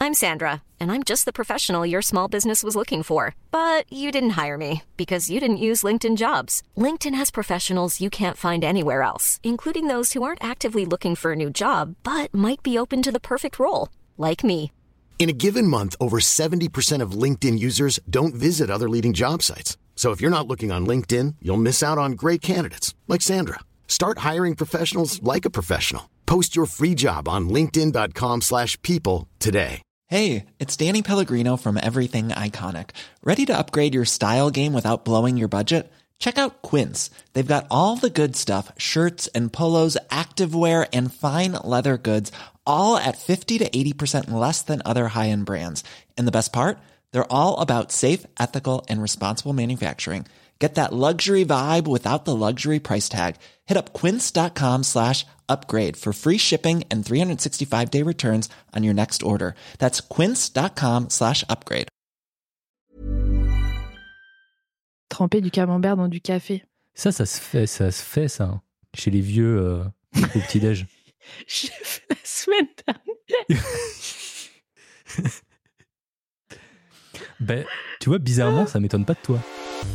I'm Sandra, and I'm just the professional your small business was looking for. But you didn't hire me because you didn't use LinkedIn Jobs. LinkedIn has professionals you can't find anywhere else, including those who aren't actively looking for a new job, but might be open to the perfect role, like me. In a given month, over 70% of LinkedIn users don't visit other leading job sites. So if you're not looking on LinkedIn, you'll miss out on great candidates like Sandra. Start hiring professionals like a professional. Post your free job on linkedin.com/people today. Hey, it's Danny Pellegrino from Everything Iconic. Ready to upgrade your style game without blowing your budget? Check out Quince. They've got all the good stuff, shirts and polos, activewear, and fine leather goods, all at 50 to 80% less than other high-end brands. And the best part? They're all about safe, ethical, and responsible manufacturing. Get that luxury vibe without the luxury price tag. Hit up quince.com/upgrade for free shipping and 365-day returns on your next order. That's quince.com/upgrade. Tremper du camembert dans du café. Ça se fait, ça. Hein. Chez les vieux au petit-déj. J'ai fait la semaine dernière. Ben, tu vois, bizarrement, ça m'étonne pas de toi.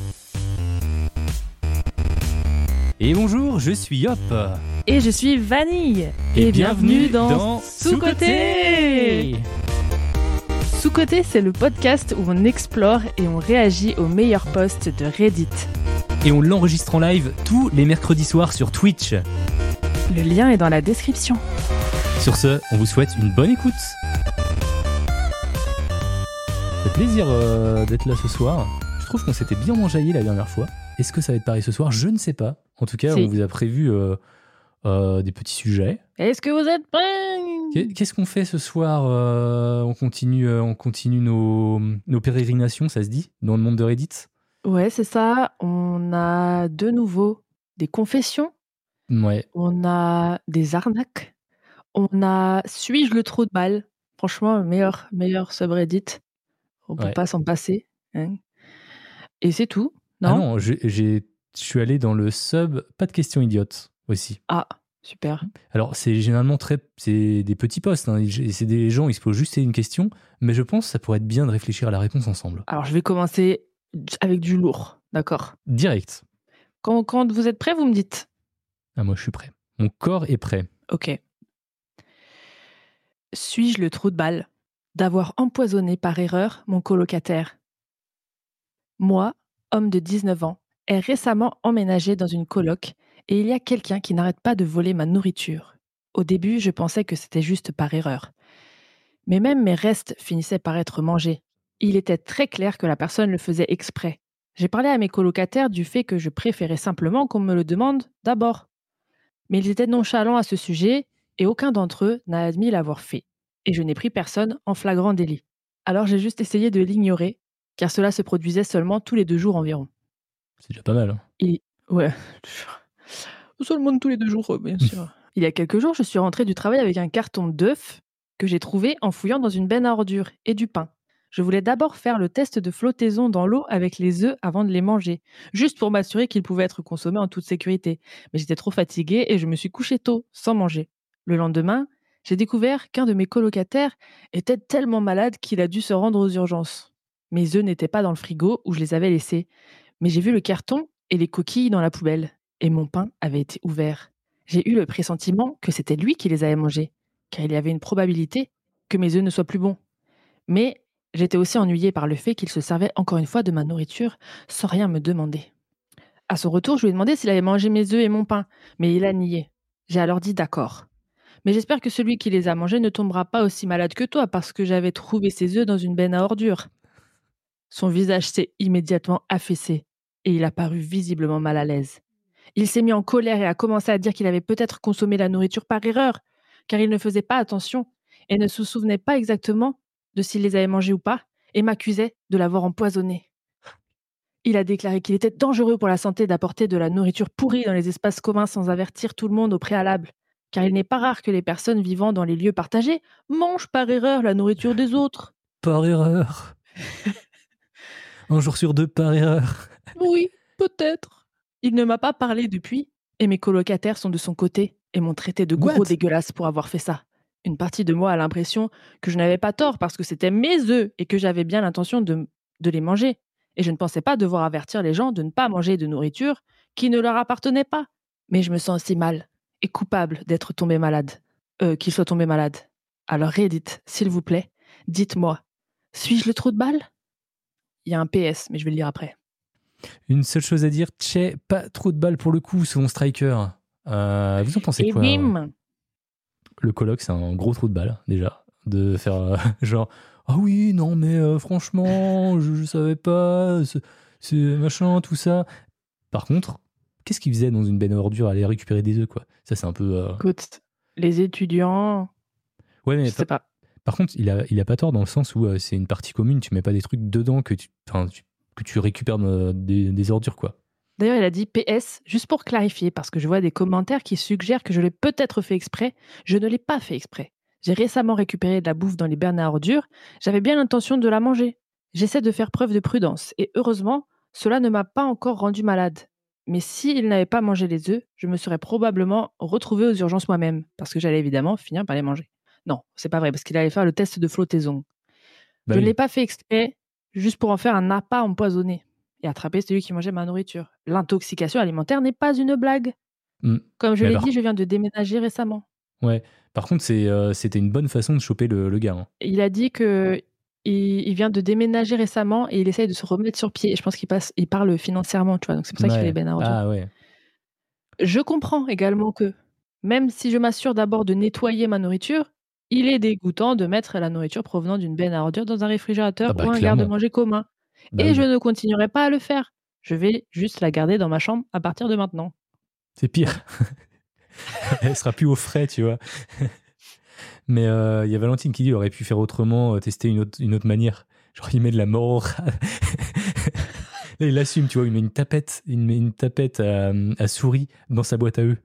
Et bonjour, je suis Yop. Et je suis Vanille. Et bienvenue dans Sous-Côté. Sous-Côté, c'est le podcast où on explore et on réagit aux meilleurs posts de Reddit. Et on l'enregistre en live tous les mercredis soirs sur Twitch. Le lien est dans la description. Sur ce, on vous souhaite une bonne écoute. Ça fait plaisir d'être là ce soir. Je trouve qu'on s'était bien enjaillé la dernière fois. Est-ce que ça va être pareil ce soir ? Je ne sais pas. En tout cas, on vous a prévu des petits sujets. Est-ce que vous êtes prêts ? Qu'est-ce qu'on fait ce soir ? On continue nos pérégrinations, ça se dit, dans le monde de Reddit ? Ouais, c'est ça. On a de nouveau des confessions. Ouais. On a des arnaques. On a suis-je le trou de balle ? Franchement, meilleur subreddit. On peut pas s'en passer. Hein. Et c'est tout. Non, ah non, je suis allé dans le sub pas de questions idiotes aussi. Ah, super. Alors, c'est généralement c'est des petits posts. Hein. C'est des gens, ils se posent juste une question, mais je pense que ça pourrait être bien de réfléchir à la réponse ensemble. Alors, je vais commencer avec du lourd, d'accord ? Direct. Quand vous êtes prêts, vous me dites. Ah, moi, je suis prêt. Mon corps est prêt. Ok. Suis-je le trou de balle d'avoir empoisonné par erreur mon colocataire ? Moi, homme de 19 ans, ai récemment emménagé dans une coloc et il y a quelqu'un qui n'arrête pas de voler ma nourriture. Au début, je pensais que c'était juste par erreur. Mais même mes restes finissaient par être mangés. Il était très clair que la personne le faisait exprès. J'ai parlé à mes colocataires du fait que je préférais simplement qu'on me le demande d'abord. Mais ils étaient nonchalants à ce sujet et aucun d'entre eux n'a admis l'avoir fait. Et je n'ai pris personne en flagrant délit. Alors j'ai juste essayé de l'ignorer, car cela se produisait seulement tous les 2 jours environ. C'est déjà pas mal. Hein. Ouais. Seulement tous les 2 jours, bien sûr. Il y a quelques jours, je suis rentrée du travail avec un carton d'œufs que j'ai trouvé en fouillant dans une benne à ordures et du pain. Je voulais d'abord faire le test de flottaison dans l'eau avec les œufs avant de les manger, juste pour m'assurer qu'ils pouvaient être consommés en toute sécurité. Mais j'étais trop fatiguée et je me suis couchée tôt, sans manger. Le lendemain, j'ai découvert qu'un de mes colocataires était tellement malade qu'il a dû se rendre aux urgences. Mes œufs n'étaient pas dans le frigo où je les avais laissés, mais j'ai vu le carton et les coquilles dans la poubelle, et mon pain avait été ouvert. J'ai eu le pressentiment que c'était lui qui les avait mangés, car il y avait une probabilité que mes œufs ne soient plus bons. Mais j'étais aussi ennuyée par le fait qu'il se servait encore une fois de ma nourriture sans rien me demander. À son retour, je lui ai demandé s'il avait mangé mes œufs et mon pain, mais il a nié. J'ai alors dit d'accord. Mais j'espère que celui qui les a mangés ne tombera pas aussi malade que toi parce que j'avais trouvé ses œufs dans une benne à ordures. Son visage s'est immédiatement affaissé et il a paru visiblement mal à l'aise. Il s'est mis en colère et a commencé à dire qu'il avait peut-être consommé la nourriture par erreur, car il ne faisait pas attention et ne se souvenait pas exactement de s'il les avait mangés ou pas, et m'accusait de l'avoir empoisonné. Il a déclaré qu'il était dangereux pour la santé d'apporter de la nourriture pourrie dans les espaces communs sans avertir tout le monde au préalable, car il n'est pas rare que les personnes vivant dans les lieux partagés mangent par erreur la nourriture des autres. Par erreur. Un jour sur 2, par erreur. Oui, peut-être. Il ne m'a pas parlé depuis, et mes colocataires sont de son côté et m'ont traité de gros dégueulasse pour avoir fait ça. Une partie de moi a l'impression que je n'avais pas tort parce que c'était mes œufs et que j'avais bien l'intention de les manger. Et je ne pensais pas devoir avertir les gens de ne pas manger de nourriture qui ne leur appartenait pas. Mais je me sens aussi mal et coupable d'être tombé malade. Qu'il soit tombé malade. Alors Reddit, s'il vous plaît, dites-moi, suis-je le trou de balle ? Il y a un PS, mais je vais le lire après. Une seule chose à dire, tchè, pas trop de balles pour le coup, selon Striker. Vous en pensez et quoi bim Le colloque, c'est un gros trou de balle, déjà. De faire genre, ah oui, non, mais franchement, je savais pas, c'est machin, tout ça. Par contre, qu'est-ce qu'il faisait dans une benne à ordures, aller récupérer des œufs, quoi ? Ça, c'est un peu. Écoute, les étudiants. Ouais, mais je sais pas. Par contre, il a pas tort dans le sens où c'est une partie commune, tu mets pas des trucs dedans que tu récupères des ordures, quoi. D'ailleurs, il a dit PS, juste pour clarifier, parce que je vois des commentaires qui suggèrent que je l'ai peut-être fait exprès. Je ne l'ai pas fait exprès. J'ai récemment récupéré de la bouffe dans les bennes à ordures. J'avais bien l'intention de la manger. J'essaie de faire preuve de prudence. Et heureusement, cela ne m'a pas encore rendu malade. Mais s'il n'avait pas mangé les œufs, je me serais probablement retrouvée aux urgences moi-même, parce que j'allais évidemment finir par les manger. Non, c'est pas vrai, parce qu'il allait faire le test de flottaison. Bah je oui. ne l'ai pas fait exprès, juste pour en faire un appât empoisonné et attraper celui qui mangeait ma nourriture. L'intoxication alimentaire n'est pas une blague. Comme je l'ai dit, je viens de déménager récemment. Ouais, par contre, c'était une bonne façon de choper le gars. Hein. Il a dit qu'il vient de déménager récemment et il essaye de se remettre sur pied. Et je pense il parle financièrement, tu vois, donc c'est pour ça qu'il fait les bennes à ordures. Ah ouais. Je comprends également que, même si je m'assure d'abord de nettoyer ma nourriture, il est dégoûtant de mettre la nourriture provenant d'une benne à ordures dans un réfrigérateur ou un garde-manger commun. Et je ne continuerai pas à le faire. Je vais juste la garder dans ma chambre à partir de maintenant. C'est pire. Elle sera plus au frais, tu vois. Mais y a Valentine qui dit qu'il aurait pu faire autrement, tester une autre manière. Genre, il met de la morale. Là, il assume, tu vois, il met une tapette à souris dans sa boîte à œufs.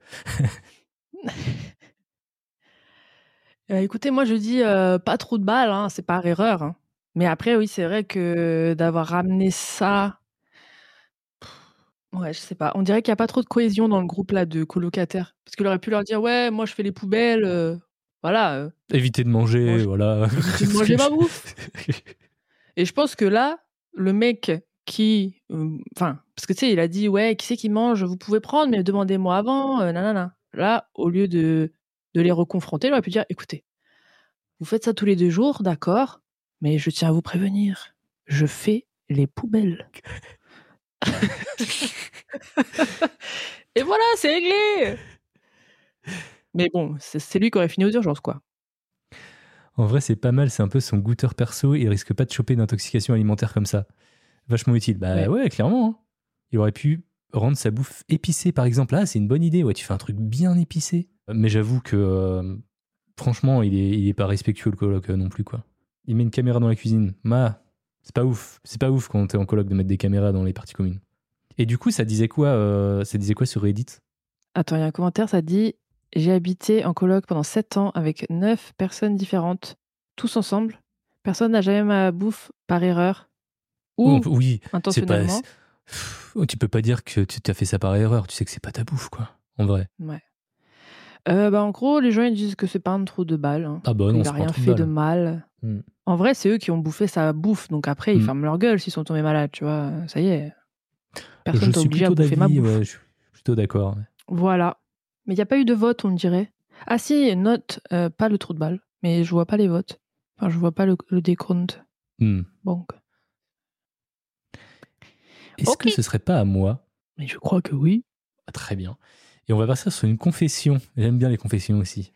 Écoutez, moi je dis pas trop de balles, hein, c'est par erreur. Hein. Mais après, oui, c'est vrai que d'avoir ramené ça... Ouais, je sais pas. On dirait qu'il n'y a pas trop de cohésion dans le groupe là de colocataires. Parce qu'il aurait pu leur dire, ouais, moi je fais les poubelles, voilà. Éviter de manger, voilà. Éviter de manger ma bouffe. Et je pense que là, le mec qui... Enfin, parce que tu sais, il a dit, ouais, qui c'est qui mange ? Vous pouvez prendre, mais demandez-moi avant, nanana. Là, au lieu de les reconfronter, il aurait pu dire, écoutez, vous faites ça tous les 2 jours, d'accord, mais je tiens à vous prévenir, je fais les poubelles. Et voilà, c'est réglé. Mais bon, c'est lui qui aurait fini aux urgences, quoi. En vrai, c'est pas mal, c'est un peu son goûteur perso, il risque pas de choper d'intoxication alimentaire comme ça. Vachement utile. Bah ouais clairement. Hein. Il aurait pu rendre sa bouffe épicée, par exemple. Ah, c'est une bonne idée, ouais, tu fais un truc bien épicé. Mais j'avoue que, franchement, il est pas respectueux, le coloc, non plus, quoi. Il met une caméra dans la cuisine. C'est pas ouf. C'est pas ouf quand t'es en coloc de mettre des caméras dans les parties communes. Et du coup, ça disait quoi sur Reddit ? Attends, il y a un commentaire, ça dit « J'ai habité en coloc pendant 7 ans avec 9 personnes différentes, tous ensemble. Personne n'a jamais ma bouffe par erreur ou intentionnellement. » Tu peux pas dire que tu as fait ça par erreur. Tu sais que c'est pas ta bouffe, quoi. En vrai. Ouais. En gros, les gens ils disent que c'est pas un trou de balle. Hein, ah bah non, il a rien fait de mal. En vrai, c'est eux qui ont bouffé sa bouffe. Donc après, ils ferment leur gueule s'ils sont tombés malades, tu vois. Ça y est. Personne t'a obligé à bouffer ma bouffe. Ouais, je suis plutôt d'accord. Ouais. Voilà. Mais il n'y a pas eu de vote, on dirait. Ah si, note, pas le trou de balle. Mais je vois pas les votes. Enfin, je vois pas le décompte. Donc. Est-ce que ce serait pas à moi ? Mais je crois que oui. Ah, très bien. Et on va passer sur une confession. J'aime bien les confessions aussi.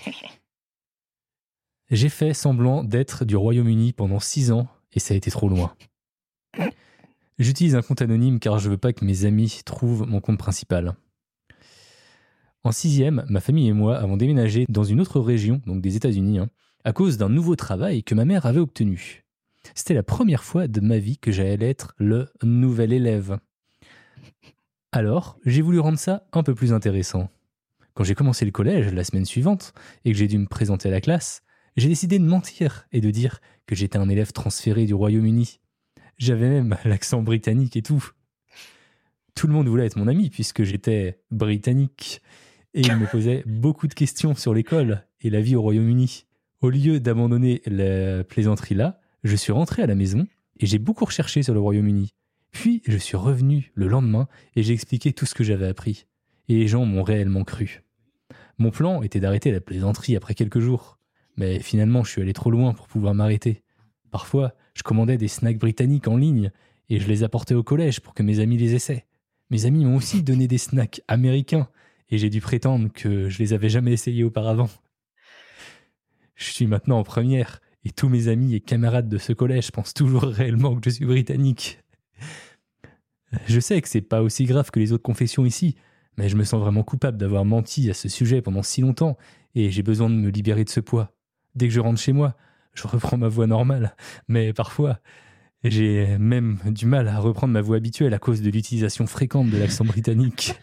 J'ai fait semblant d'être du Royaume-Uni pendant 6 ans et ça a été trop loin. J'utilise un compte anonyme car je veux pas que mes amis trouvent mon compte principal. En 6e, ma famille et moi avons déménagé dans une autre région, donc des États-Unis, à cause d'un nouveau travail que ma mère avait obtenu. C'était la première fois de ma vie que j'allais être le nouvel élève. Alors, j'ai voulu rendre ça un peu plus intéressant. Quand j'ai commencé le collège la semaine suivante et que j'ai dû me présenter à la classe, j'ai décidé de mentir et de dire que j'étais un élève transféré du Royaume-Uni. J'avais même l'accent britannique et tout. Tout le monde voulait être mon ami puisque j'étais britannique. Et il me posait beaucoup de questions sur l'école et la vie au Royaume-Uni. Au lieu d'abandonner la plaisanterie là, je suis rentré à la maison et j'ai beaucoup recherché sur le Royaume-Uni. Puis je suis revenu le lendemain et j'ai expliqué tout ce que j'avais appris. Et les gens m'ont réellement cru. Mon plan était d'arrêter la plaisanterie après quelques jours. Mais finalement, je suis allé trop loin pour pouvoir m'arrêter. Parfois, je commandais des snacks britanniques en ligne et je les apportais au collège pour que mes amis les essaient. Mes amis m'ont aussi donné des snacks américains et j'ai dû prétendre que je les avais jamais essayés auparavant. Je suis maintenant en première et tous mes amis et camarades de ce collège pensent toujours réellement que je suis britannique. Je sais que c'est pas aussi grave que les autres confessions ici, mais je me sens vraiment coupable d'avoir menti à ce sujet pendant si longtemps et j'ai besoin de me libérer de ce poids. Dès que je rentre chez moi, je reprends ma voix normale, mais parfois, j'ai même du mal à reprendre ma voix habituelle à cause de l'utilisation fréquente de l'accent britannique.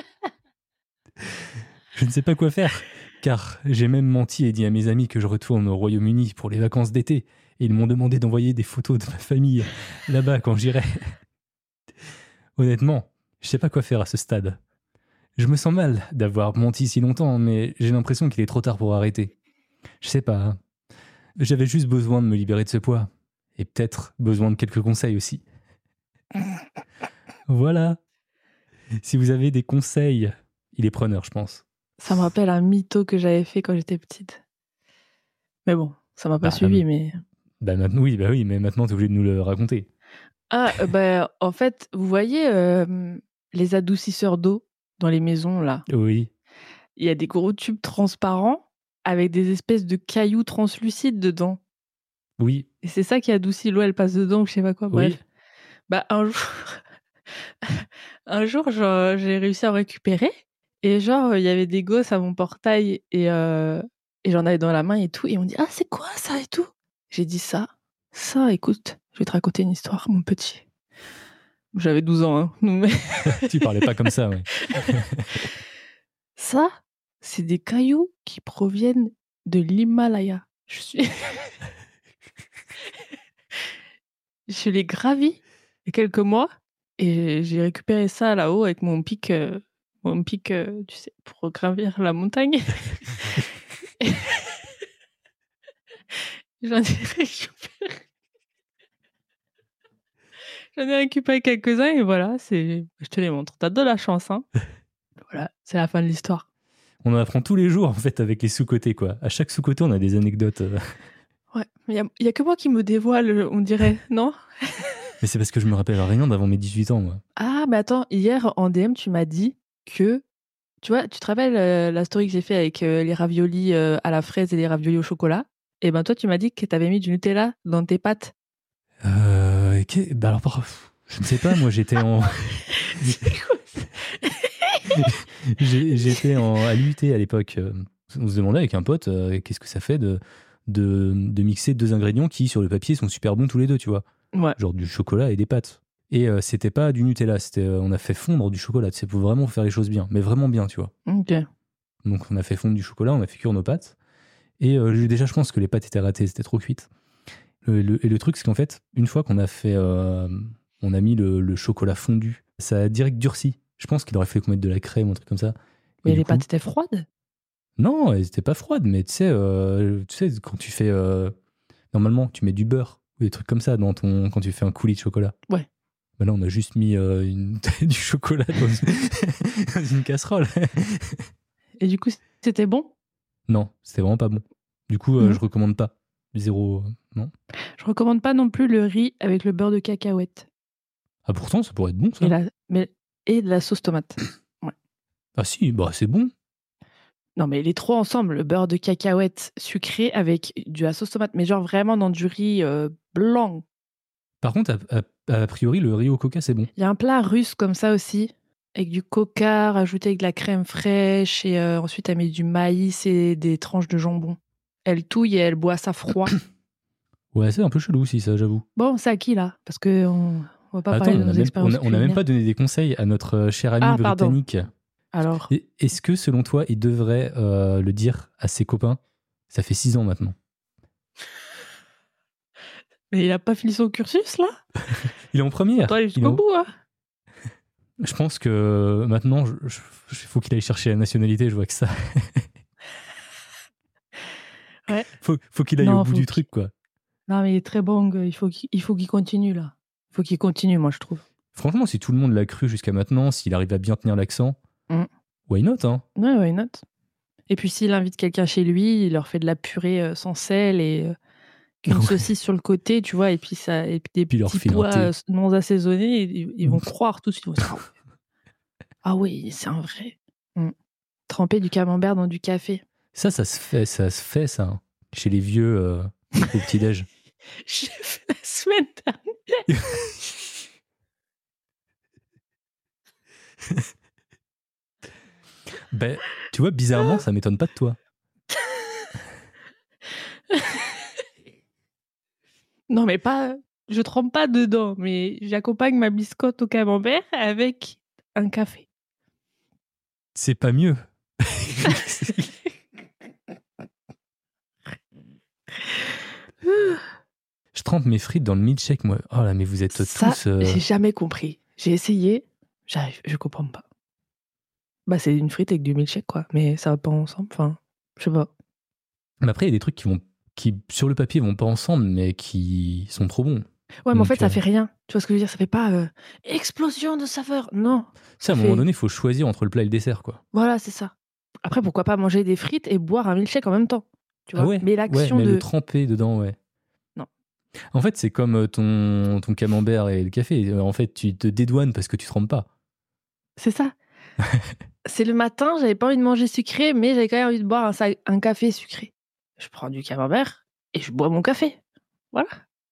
Je ne sais pas quoi faire, car j'ai même menti et dit à mes amis que je retourne au Royaume-Uni pour les vacances d'été, et ils m'ont demandé d'envoyer des photos de ma famille là-bas quand j'irai. Honnêtement, je ne sais pas quoi faire à ce stade. Je me sens mal d'avoir menti si longtemps, mais j'ai l'impression qu'il est trop tard pour arrêter. Je sais pas, hein. J'avais juste besoin de me libérer de ce poids. Et peut-être besoin de quelques conseils aussi. Voilà. Si vous avez des conseils, il est preneur, je pense. Ça me rappelle un mytho que j'avais fait quand j'étais petite. Mais bon, ça m'a pas suivi, mais... Oui, mais maintenant, t'es obligé de nous le raconter. En fait, vous voyez les adoucisseurs d'eau dans les maisons, là. Oui. Il y a des gros tubes transparents avec des espèces de cailloux translucides dedans. Oui. Et c'est ça qui adoucit l'eau, elle passe dedans ou je sais pas quoi. Bref. Oui. Un jour, genre, j'ai réussi à en récupérer. Et genre, il y avait des gosses à mon portail et j'en avais dans la main et tout. Et ils m'ont dit « Ah, c'est quoi ça ?» et tout. J'ai dit ça, écoute, je vais te raconter une histoire, mon petit. J'avais 12 ans, hein. Mais... Tu parlais pas comme ça, ouais. Ça, c'est des cailloux qui proviennent de l'Himalaya. Je l'ai gravi il y a quelques mois et j'ai récupéré ça là-haut avec mon pic, tu sais, pour gravir la montagne. J'en ai récupéré quelques-uns et voilà, je te les montre. T'as de la chance, hein. Voilà, c'est la fin de l'histoire. On en apprend tous les jours, en fait, avec les sous-côtés, quoi. À chaque sous-côté, on a des anecdotes. Ouais, il y a que moi qui me dévoile, on dirait, non? Mais c'est parce que je me rappelle rien d'avant mes 18 ans, moi. Ah, mais attends, hier, en DM, tu m'as dit que... Tu vois, tu te rappelles la story que j'ai fait avec les raviolis à la fraise et les raviolis au chocolat? Et ben toi, tu m'as dit que tu avais mis du Nutella dans tes pâtes. Alors, je ne sais pas, moi, j'étais en... J'étais à l'UT à l'époque. On se demandait avec un pote qu'est-ce que ça fait de mixer deux ingrédients qui, sur le papier, sont super bons tous les deux, tu vois. Ouais. Genre du chocolat et des pâtes. Et c'était pas du Nutella, on a fait fondre du chocolat. C'est pour vraiment faire les choses bien, mais vraiment bien, tu vois. Ok. Donc on a fait fondre du chocolat, on a fait cuire nos pâtes. Et déjà, je pense que les pâtes étaient ratées, c'était trop cuite. Et le truc, c'est qu'en fait, une fois qu'on a fait, on a mis le chocolat fondu, ça a direct durci. Je pense qu'il aurait fallu qu'on mette de la crème ou un truc comme ça. Mais les pâtes étaient froides? Non, elles étaient pas froides, mais tu sais, quand tu fais... normalement, tu mets du beurre ou des trucs comme ça quand tu fais un coulis de chocolat. Ouais. Ben là, on a juste mis du chocolat dans une casserole. Et du coup, c'était bon? Non, c'était vraiment pas bon. Du coup, je recommande pas. Zéro, non. Je recommande pas non plus le riz avec le beurre de cacahuète. Ah, pourtant, ça pourrait être bon, ça. Et de la sauce tomate. Ouais. Ah si, bah c'est bon. Non, mais les trois ensemble, le beurre de cacahuète sucré avec de la sauce tomate, mais genre vraiment dans du riz blanc. Par contre, a priori, le riz au coca, c'est bon. Il y a un plat russe comme ça aussi, avec du coca, rajouté avec de la crème fraîche, et ensuite elle met du maïs et des tranches de jambon. Elle touille et elle boit ça froid. Ouais, c'est un peu chelou aussi, ça, j'avoue. Bon, c'est à qui, là? Parce qu'on va pas parler de nos expériences on n'a même pas donné des conseils à notre cher ami britannique. Alors, est-ce que, selon toi, il devrait le dire à ses copains? Ça fait 6 ans maintenant. Mais il a pas fini son cursus, là? Il est en première. Toi, aller jusqu'au bout, hein. Je pense que maintenant, il faut qu'il aille chercher la nationalité, je vois que ça. Ouais. Faut qu'il aille Non, au bout faut du qu'il- truc, quoi. Non, mais il est très bon, il faut qu'il continue, là. Il faut qu'il continue, moi, je trouve. Franchement, si tout le monde l'a cru jusqu'à maintenant, s'il arrive à bien tenir l'accent, why not, hein? Ouais, why not? Et puis, s'il invite quelqu'un chez lui, il leur fait de la purée sans sel et une saucisse sur le côté, tu vois, et puis des Puis il leur petits file un pois thé. non assaisonnés, ils vont croire tout de suite. Ils vont se dire, ah oui, c'est un vrai. Tremper du camembert dans du café. Ça se fait, ça, hein, chez les vieux au petit-déj. J'ai fait la semaine dernière. Ben, tu vois, bizarrement, ça m'étonne pas de toi. Non, mais pas. Je trempe pas dedans, mais j'accompagne ma biscotte au camembert avec un café. C'est pas mieux. Je trempe mes frites dans le milkshake, moi. Oh là, mais vous êtes Ça, tous... j'ai jamais compris. J'ai essayé, je comprends pas. Bah, c'est une frite avec du milkshake, quoi. Mais ça va pas ensemble, enfin, je sais pas. Mais après, il y a des trucs qui, sur le papier, vont pas ensemble, mais qui sont trop bons. Ouais, mais en Donc, fait, ça fait rien. Tu vois ce que je veux dire? Ça fait pas explosion de saveur. Non. Ça, à un moment donné, il faut choisir entre le plat et le dessert, quoi. Voilà, c'est ça. Après, pourquoi pas manger des frites et boire un milkshake en même temps? Tu vois? Ah ouais, Mais l'action mais de. le tremper dedans, ouais. Non. En fait, c'est comme ton camembert et le café. En fait, tu te dédouanes parce que tu trempes pas. C'est ça. C'est le matin, j'avais pas envie de manger sucré, mais j'avais quand même envie de boire un café sucré. Je prends du camembert et je bois mon café. Voilà.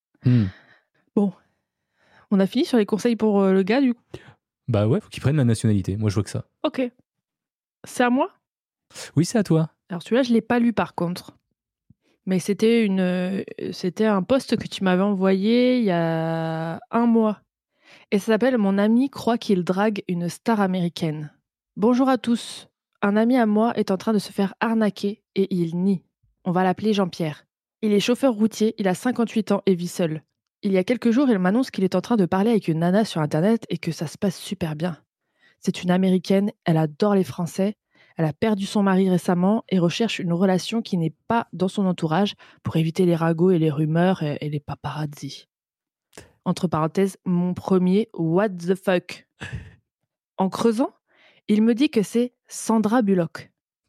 Bon. On a fini sur les conseils pour le gars, du coup. Bah ouais, faut qu'il prenne la nationalité. Moi, je vois que ça. Ok. C'est à moi? Oui, c'est à toi. Alors celui-là, je l'ai pas lu par contre. Mais c'était un post que tu m'avais envoyé il y a 1 mois. Et ça s'appelle « Mon ami croit qu'il drague une star américaine ». Bonjour à tous. Un ami à moi est en train de se faire arnaquer et il nie. On va l'appeler Jean-Pierre. Il est chauffeur routier, il a 58 ans et vit seul. Il y a quelques jours, il m'annonce qu'il est en train de parler avec une nana sur Internet et que ça se passe super bien. C'est une Américaine, elle adore les Français, elle a perdu son mari récemment et recherche une relation qui n'est pas dans son entourage pour éviter les ragots et les rumeurs et les paparazzis. Entre parenthèses, mon premier what the fuck. En creusant, il me dit que c'est Sandra Bullock.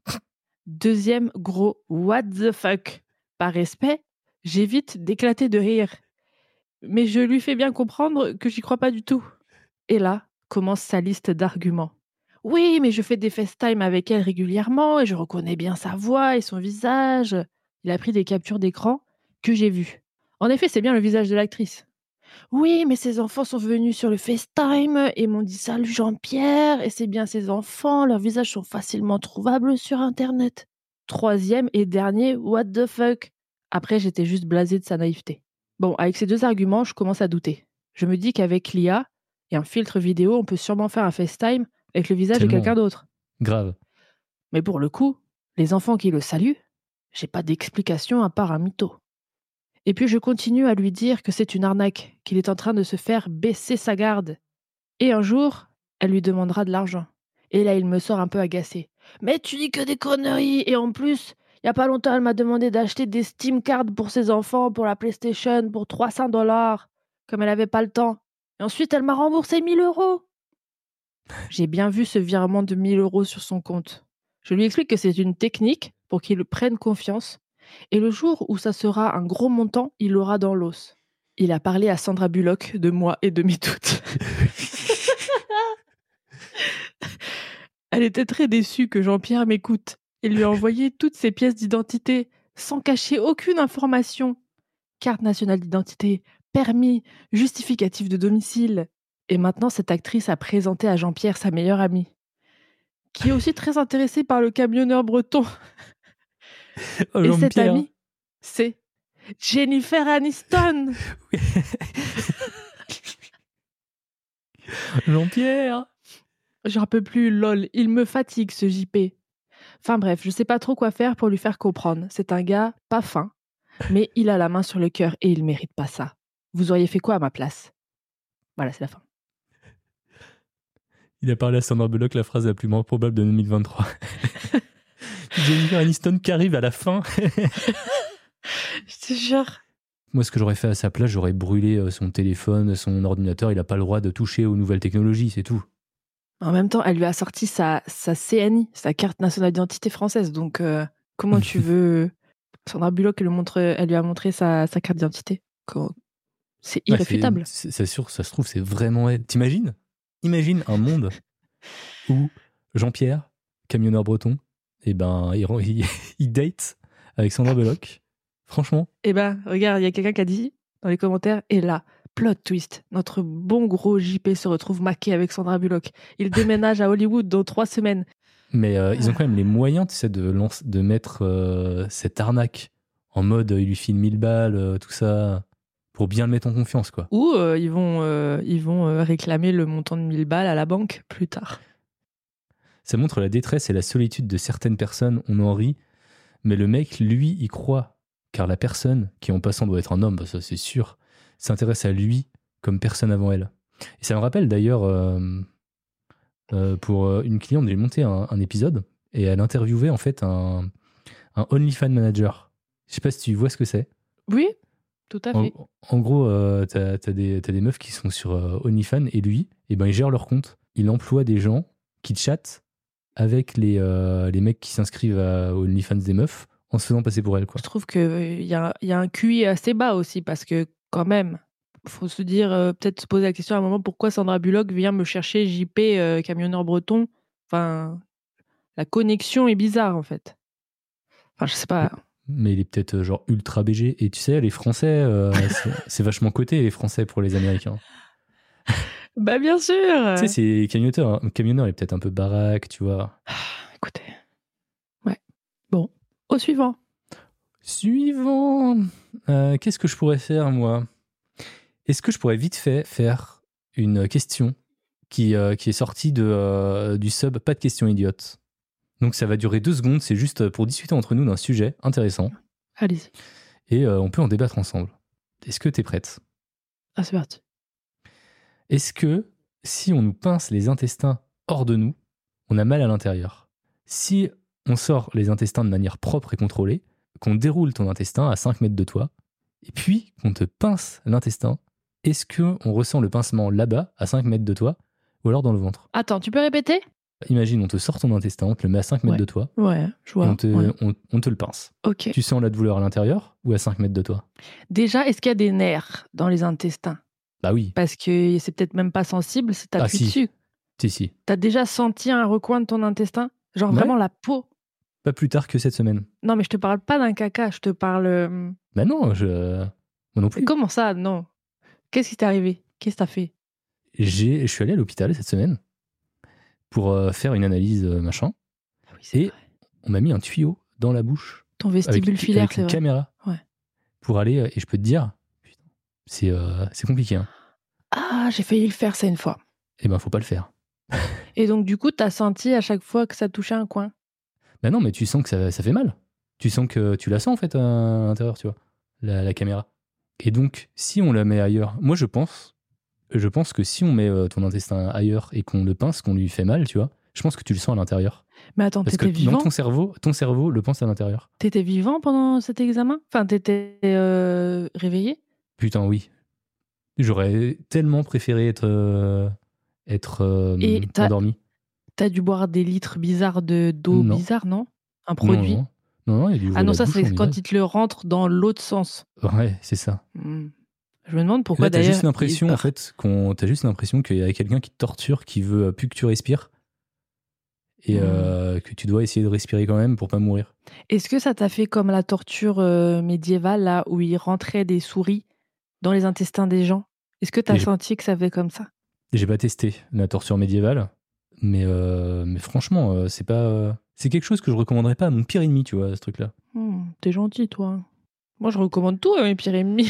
Deuxième gros what the fuck. Par respect, j'évite d'éclater de rire. Mais je lui fais bien comprendre que j'y crois pas du tout. Et là commence sa liste d'arguments. Oui, mais je fais des FaceTime avec elle régulièrement et je reconnais bien sa voix et son visage. Il a pris des captures d'écran que j'ai vues. En effet, c'est bien le visage de l'actrice. Oui, mais ses enfants sont venus sur le FaceTime et m'ont dit salut Jean-Pierre et c'est bien ses enfants, leurs visages sont facilement trouvables sur Internet. Troisième et dernier, what the fuck. Après, j'étais juste blasée de sa naïveté. Bon, avec ces 2 arguments, je commence à douter. Je me dis qu'avec l'IA et un filtre vidéo, on peut sûrement faire un FaceTime avec le visage de quelqu'un d'autre. Grave. Mais pour le coup, les enfants qui le saluent, j'ai pas d'explication à part un mytho. Et puis je continue à lui dire que c'est une arnaque, qu'il est en train de se faire baisser sa garde. Et un jour, elle lui demandera de l'argent. Et là, il me sort un peu agacé. Mais tu dis que des conneries. Et en plus, il y a pas longtemps, elle m'a demandé d'acheter des Steam Cards pour ses enfants, pour la PlayStation, pour $300, comme elle avait pas le temps. Et ensuite, elle m'a remboursé 1 000 €. J'ai bien vu ce virement de 1 000 € sur son compte. Je lui explique que c'est une technique pour qu'il prenne confiance. Et le jour où ça sera un gros montant, il l'aura dans l'os. Il a parlé à Sandra Bullock de moi et de mes doutes. Elle était très déçue que Jean-Pierre m'écoute et lui a envoyé toutes ses pièces d'identité sans cacher aucune information. Carte nationale d'identité, permis, justificatif de domicile. Et maintenant, cette actrice a présenté à Jean-Pierre sa meilleure amie, qui est aussi très intéressée par le camionneur breton. Oh, et cette Jean-Pierre. amie, c'est Jennifer Aniston. Jean-Pierre. J'en peux plus, lol. Il me fatigue, ce JP. Enfin bref, je sais pas trop quoi faire pour lui faire comprendre. C'est un gars pas fin, mais il a la main sur le cœur et il mérite pas ça. Vous auriez fait quoi à ma place? Voilà, c'est la fin. Il a parlé à Sandra Bullock la phrase la plus probable de 2023. Jennifer Aniston qui arrive à la fin. Je te jure. Moi, ce que j'aurais fait à sa place, j'aurais brûlé son téléphone, son ordinateur. Il n'a pas le droit de toucher aux nouvelles technologies, c'est tout. En même temps, elle lui a sorti sa CNI, sa carte nationale d'identité française. Donc, comment tu veux... Sandra Bullock, elle lui a montré sa carte d'identité. C'est irréfutable. C'est sûr, ça se trouve, c'est vraiment elle. T'imagines ? Imagine un monde où Jean-Pierre, camionneur breton, il date avec Sandra Bullock. Franchement. Regarde, il y a quelqu'un qui a dit dans les commentaires, et là, plot twist, notre bon gros JP se retrouve maqué avec Sandra Bullock. Il déménage à Hollywood dans 3 semaines. Mais ils ont quand même les moyens, tu sais, de mettre cette arnaque en mode il lui file 1000 balles, tout ça, pour bien le mettre en confiance, quoi. Ou ils vont réclamer le montant de 1000 balles à la banque plus tard. Ça montre la détresse et la solitude de certaines personnes, on en rit, mais le mec, lui, y croit, car la personne, qui en passant doit être un homme, ça c'est sûr, s'intéresse à lui comme personne avant elle. Et ça me rappelle d'ailleurs, pour une cliente, j'ai monté un épisode, et elle interviewait en fait un OnlyFans manager. Je sais pas si tu vois ce que c'est. Oui, tout à fait. En gros, t'as des meufs qui sont sur OnlyFans, et lui, il gère leur compte. Il emploie des gens qui chattent avec les mecs qui s'inscrivent à OnlyFans des meufs en se faisant passer pour elles, quoi. Je trouve qu'il y a un QI assez bas aussi, parce que quand même, faut se dire, peut-être se poser la question à un moment, pourquoi Sandra Bullock vient me chercher JP, camionneur breton. Enfin, la connexion est bizarre, en fait. Enfin, je sais pas. Mais il est peut-être genre ultra BG. Et tu sais, les Français, c'est vachement coté, les Français, pour les Américains. Bah bien sûr. Tu sais, c'est camionneur est peut-être un peu baraque, tu vois. Écoutez. Ouais. Bon. Au suivant. Qu'est-ce que je pourrais faire, moi ? Est-ce que je pourrais vite fait faire une question qui est sortie du sub Pas de questions idiotes. Donc ça va durer 2 secondes, c'est juste pour discuter entre nous d'un sujet intéressant. Allez-y. Et on peut en débattre ensemble. Est-ce que t'es prête ? Ah, c'est parti. Est-ce que si on nous pince les intestins hors de nous, on a mal à l'intérieur ? Si on sort les intestins de manière propre et contrôlée, qu'on déroule ton intestin à 5 mètres de toi, et puis qu'on te pince l'intestin, est-ce qu'on ressent le pincement là-bas, à 5 mètres de toi, ou alors dans le ventre ? Attends, tu peux répéter ? Imagine, on te sort ton intestin, on te le met à 5 mètres de toi, Ouais, je vois. et on te le pince. Ok. Tu sens la douleur à l'intérieur ou à 5 mètres de toi ? Déjà, est-ce qu'il y a des nerfs dans les intestins ? Bah oui. Parce que c'est peut-être même pas sensible si t'appuies dessus. Si. T'as déjà senti un recoin de ton intestin ? Genre vraiment la peau ? Pas plus tard que cette semaine. Non, mais je te parle pas d'un caca, je te parle... Bah non, moi non plus. Comment ça, non ? Qu'est-ce qui t'est arrivé ? Qu'est-ce que t'as fait ? Je suis allé à l'hôpital cette semaine pour faire une analyse machin. Ah oui, et vrai. On m'a mis un tuyau dans la bouche. Ton vestibule filaire, avec une caméra. Ouais. Pour aller, et je peux te dire, c'est compliqué. Hein. Ah, j'ai failli le faire ça une fois. Eh ben, faut pas le faire. Et donc, du coup, t'as senti à chaque fois que ça touchait un coin ? Ben non, mais tu sens que ça fait mal. Tu sens que tu la sens en fait à l'intérieur, tu vois, la caméra. Et donc, si on la met ailleurs, moi je pense que si on met ton intestin ailleurs et qu'on le pince, qu'on lui fait mal, tu vois, je pense que tu le sens à l'intérieur. Mais attends, parce t'étais que vivant ? Dans ton cerveau le pense à l'intérieur. T'étais vivant pendant cet examen ? Enfin, t'étais réveillé ? Putain, oui. J'aurais tellement préféré être endormi. T'as dû boire des litres bizarres d'eau bizarre, non ? Un produit ? Non, il y a du Ah non, ça c'est quand il te le rentre dans l'autre sens. Ouais, c'est ça. Je me demande pourquoi là, d'ailleurs... T'as juste l'impression en fait, t'as juste l'impression qu'il y a quelqu'un qui te torture, qui veut plus que tu respires. Et que tu dois essayer de respirer quand même pour pas mourir. Est-ce que ça t'a fait comme la torture médiévale, là, où il rentrait des souris dans les intestins des gens ? Est-ce que t'as senti que ça fait comme ça ? J'ai pas testé la torture médiévale, mais franchement, c'est pas... c'est quelque chose que je recommanderais pas à mon pire ennemi, tu vois, ce truc-là. T'es gentil, toi. Moi, je recommande tout à mes pires ennemis.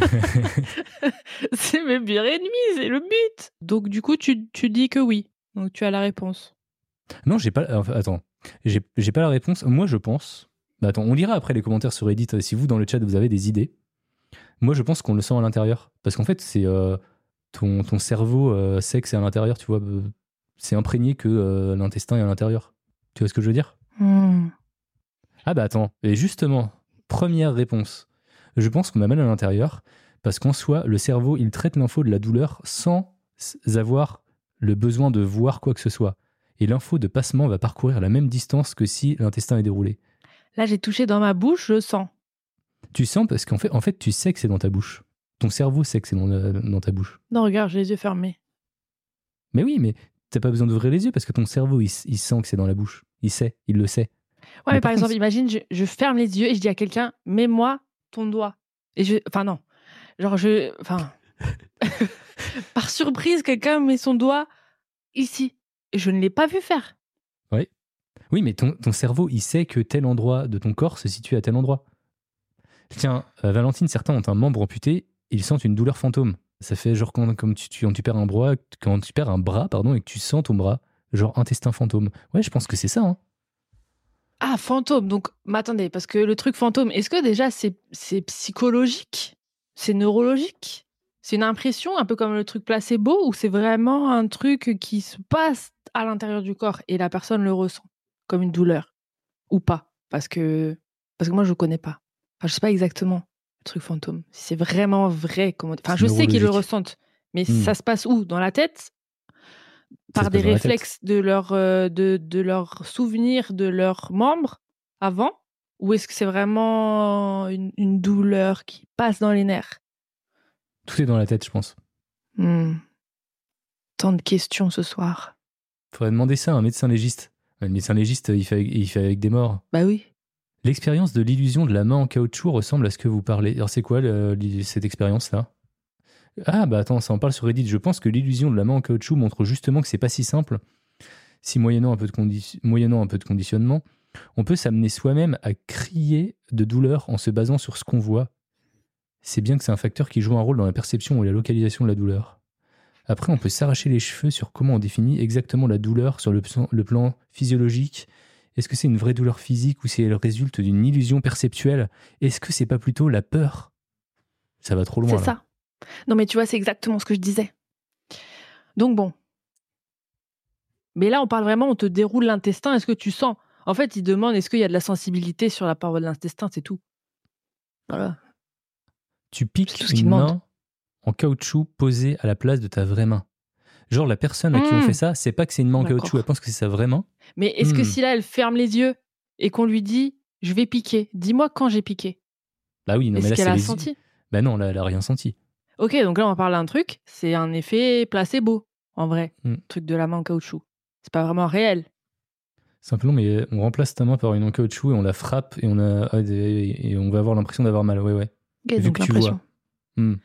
C'est mes pires ennemis, c'est le but. Donc, du coup, tu dis que oui. Donc, tu as la réponse. Non, j'ai pas... Attends. J'ai pas la réponse. Moi, je pense... Bah, attends, on lira après les commentaires sur Reddit si vous, dans le chat, vous avez des idées. Moi, je pense qu'on le sent à l'intérieur. Parce qu'en fait, c'est ton cerveau sait que c'est à l'intérieur, tu vois. c'est imprégné que l'intestin est à l'intérieur. Tu vois ce que je veux dire ? Ah bah attends, et justement, première réponse. Je pense qu'on a mal à l'intérieur parce qu'en soi, le cerveau, il traite l'info de la douleur sans avoir le besoin de voir quoi que ce soit. Et l'info de passement va parcourir la même distance que si l'intestin est déroulé. Là, j'ai touché dans ma bouche, je sens. Tu sens parce qu'en fait, tu sais que c'est dans ta bouche. Ton cerveau sait que c'est dans ta bouche. Non, regarde, j'ai les yeux fermés. Mais oui, mais t'as pas besoin d'ouvrir les yeux parce que ton cerveau, il sent que c'est dans la bouche. Il sait, il le sait. Ouais, mais par exemple, imagine, je ferme les yeux et je dis à quelqu'un, mets-moi ton doigt. Enfin, non. Genre, par surprise, quelqu'un met son doigt ici. Et je ne l'ai pas vu faire. Ouais. Oui, mais ton cerveau, il sait que tel endroit de ton corps se situe à tel endroit. Tiens, Valentine, certains ont un membre amputé, ils sentent une douleur fantôme. Ça fait genre quand tu perds un bras, et que tu sens ton bras, genre intestin fantôme. Ouais, je pense que c'est ça. Hein. Ah, fantôme. Donc, mais attendez, parce que le truc fantôme, est-ce que déjà c'est psychologique ? C'est neurologique ? C'est une impression, un peu comme le truc placebo, ou c'est vraiment un truc qui se passe à l'intérieur du corps et la personne le ressent comme une douleur ? Ou pas ? Parce que moi, je ne connais pas. Enfin, je ne sais pas exactement le truc fantôme. Si c'est vraiment vrai. Enfin, je sais qu'ils le ressentent. Mais ça se passe où ? Dans la tête ? Par des réflexes de leur souvenir de leurs membres avant ? Ou est-ce que c'est vraiment une douleur qui passe dans les nerfs ? Tout est dans la tête, je pense. Tant de questions ce soir. Faudrait demander ça à un médecin légiste. Le médecin légiste, il fait avec des morts. Bah oui. L'expérience de l'illusion de la main en caoutchouc ressemble à ce que vous parlez. Alors c'est quoi cette expérience-là ? Ah bah attends, ça en parle sur Reddit. Je pense que l'illusion de la main en caoutchouc montre justement que c'est pas si simple. Si moyennant un peu de conditionnement, on peut s'amener soi-même à crier de douleur en se basant sur ce qu'on voit. C'est bien que c'est un facteur qui joue un rôle dans la perception ou la localisation de la douleur. Après, on peut s'arracher les cheveux sur comment on définit exactement la douleur sur le plan physiologique. Est-ce que c'est une vraie douleur physique ou c'est le résulte d'une illusion perceptuelle ? Est-ce que c'est pas plutôt la peur ? Ça va trop loin. C'est ça. Non mais tu vois, c'est exactement ce que je disais. Donc bon. Mais là, on parle vraiment, on te déroule l'intestin, est-ce que tu sens ? En fait, il demande, est-ce qu'il y a de la sensibilité sur la paroi de l'intestin, c'est tout. Voilà. Tu piques une main en caoutchouc posée à la place de ta vraie main. Genre, la personne à qui on fait ça, c'est pas que c'est une main en caoutchouc, elle pense que c'est sa vraie main. Mais est-ce que si là, elle ferme les yeux et qu'on lui dit, je vais piquer, dis-moi quand j'ai piqué. Bah oui, non, mais là, qu'elle a senti ? Bah non, là, elle a rien senti. Ok, donc là, on parle d'un truc, c'est un effet placebo, en vrai. Truc de la main en caoutchouc. C'est pas vraiment réel. Simplement, mais on remplace ta main par une en caoutchouc et on la frappe et on va avoir l'impression d'avoir mal. Ouais. Ok, vu donc que l'impression. Tu vois.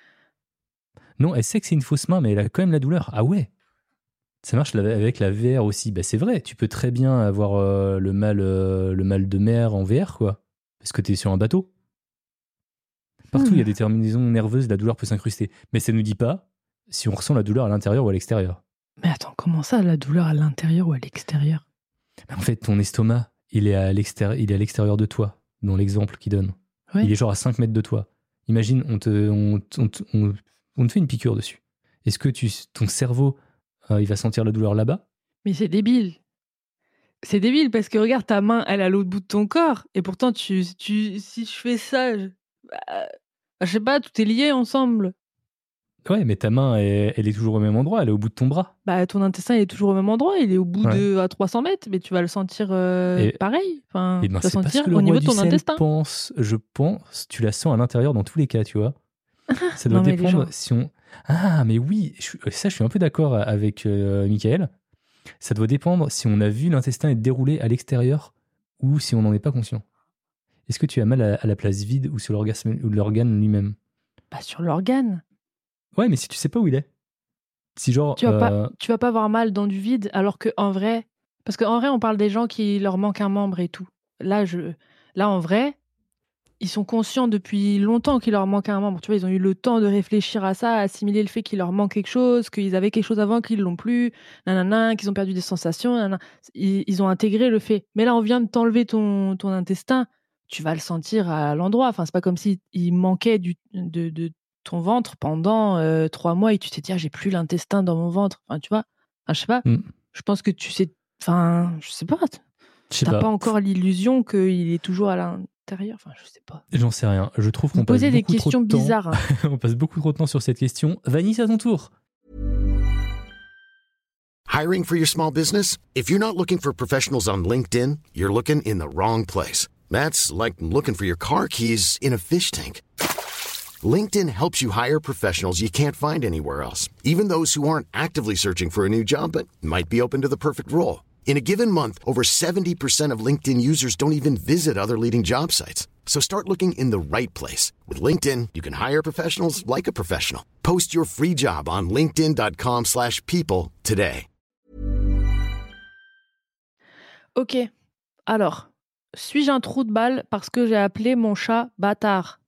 Non, elle sait que c'est une fausse main, mais elle a quand même la douleur. Ah ouais. Ça marche avec la VR aussi. Bah c'est vrai, tu peux très bien avoir le mal de mer en VR, quoi. Parce que t'es sur un bateau. Partout, il y a des terminaisons nerveuses, la douleur peut s'incruster. Mais ça ne nous dit pas si on ressent la douleur à l'intérieur ou à l'extérieur. Mais attends, comment ça, la douleur à l'intérieur ou à l'extérieur ? En fait, ton estomac, il est à l'extérieur de toi, dans l'exemple qu'il donne. Ouais. Il est genre à 5 mètres de toi. Imagine, on te fait une piqûre dessus. Est-ce que ton cerveau, il va sentir la douleur là-bas ? Mais c'est débile. C'est débile parce que regarde, ta main, elle est à l'autre bout de ton corps. Et pourtant, si je fais ça, je sais pas, tout est lié ensemble. Ouais, mais ta main, elle est toujours au même endroit, elle est au bout de ton bras. Bah, ton intestin, il est toujours au même endroit, il est au bout à 300 mètres, mais tu vas le sentir pareil. Enfin, tu vas le sentir au niveau de ton intestin. Je pense, tu la sens à l'intérieur dans tous les cas, tu vois. Ça doit dépendre si on... Ah, mais oui, je suis un peu d'accord avec Michael. Ça doit dépendre si on a vu l'intestin être déroulé à l'extérieur ou si on n'en est pas conscient. Est-ce que tu as mal à la place vide ou sur l'organe lui-même ? Bah, sur l'organe. Ouais, mais si tu sais pas où il est. Si genre... Tu vas pas avoir mal dans du vide, alors qu'en vrai... Parce qu'en vrai, on parle des gens qui leur manque un membre et tout. Là, en vrai, ils sont conscients depuis longtemps qu'il leur manque un membre. Tu vois, ils ont eu le temps de réfléchir à ça, à assimiler le fait qu'il leur manque quelque chose, qu'ils avaient quelque chose avant, qu'ils l'ont plus, qu'ils ont perdu des sensations. Ils ont intégré le fait. Mais là, on vient de t'enlever ton intestin, tu vas le sentir à l'endroit. Enfin, c'est pas comme s'il manquait de ton ventre pendant 3 mois et tu t'es dit, j'ai plus l'intestin dans mon ventre. Enfin, tu vois, Ah, je sais pas. Mm. Je pense que tu sais. Enfin, je sais pas. Je sais T'as pas. pas encore l'illusion qu'il est toujours à l'intérieur. Enfin, je sais pas. J'en sais rien. Je trouve qu'on Vous passe posez des beaucoup trop questions de temps. bizarres. Hein. On passe beaucoup trop de temps sur cette question. Vanille, à ton tour. Hiring for your small business? If you're not looking for professionals on LinkedIn, you're looking in the wrong place. That's like looking for your car keys in a fish tank. LinkedIn helps you hire professionals you can't find anywhere else, even those who aren't actively searching for a new job but might be open to the perfect role. In a given month, over 70% of LinkedIn users don't even visit other leading job sites. So start looking in the right place. With LinkedIn, you can hire professionals like a professional. Post your free job on linkedin.com/people today. Ok. Alors, suis-je un trou de balle parce que j'ai appelé mon chat bâtard?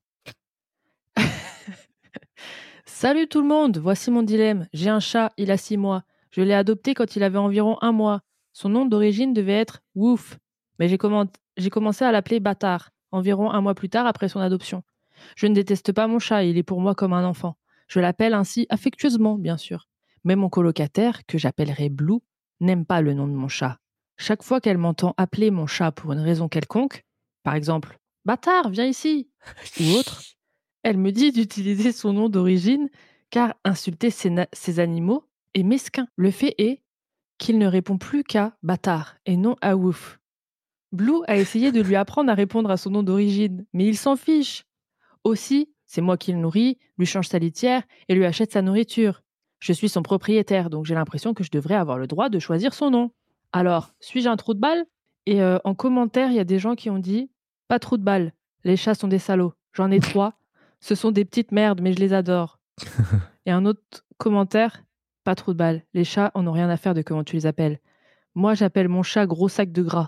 Salut tout le monde, voici mon dilemme. J'ai un chat, il a 6 mois. Je l'ai adopté quand il avait environ 1 mois. Son nom d'origine devait être Wouf, mais j'ai commencé à l'appeler bâtard, environ 1 mois plus tard après son adoption. Je ne déteste pas mon chat, il est pour moi comme un enfant. Je l'appelle ainsi affectueusement, bien sûr. Mais mon colocataire, que j'appellerai Blue, n'aime pas le nom de mon chat. Chaque fois qu'elle m'entend appeler mon chat pour une raison quelconque, par exemple « Bâtard, viens ici !» ou autre, elle me dit d'utiliser son nom d'origine car insulter ces animaux est mesquin. Le fait est qu'il ne répond plus qu'à « bâtard » et non à « wouf ». Blue a essayé de lui apprendre à répondre à son nom d'origine, mais il s'en fiche. Aussi, c'est moi qui le nourris, lui change sa litière et lui achète sa nourriture. Je suis son propriétaire, donc j'ai l'impression que je devrais avoir le droit de choisir son nom. Alors, suis-je un trou de balle? Et en commentaire, il y a des gens qui ont dit « Pas trou de balle, les chats sont des salauds. J'en ai 3. Ce sont des petites merdes, mais je les adore. » Et un autre commentaire « Pas trou de balle, les chats en ont rien à faire de comment tu les appelles. Moi, j'appelle mon chat gros sac de gras. »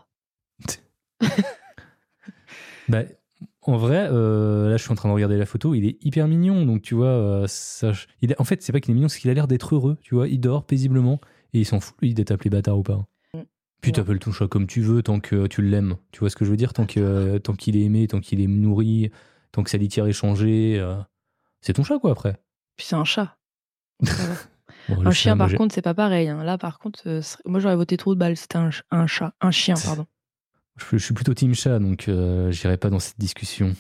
Bah, en vrai, là, je suis en train de regarder la photo. Il est hyper mignon. Donc, tu vois, en fait, c'est pas qu'il est mignon, c'est qu'il a l'air d'être heureux. Tu vois, il dort paisiblement et il s'en fout, lui, d'être appelé bâtard ou pas. Puis t'appelles ton chat comme tu veux, tant que tu l'aimes. Tu vois ce que je veux dire? Tant qu'il est aimé, tant qu'il est nourri, tant que sa litière est changée. C'est ton chat, quoi, après. Puis c'est un chat. Bon, Un chien, par contre, c'est pas pareil. Hein. Là, par contre, moi, j'aurais voté trou de balle. C'était un chat. Un chien, pardon. Je suis plutôt team chat, donc j'irai pas dans cette discussion.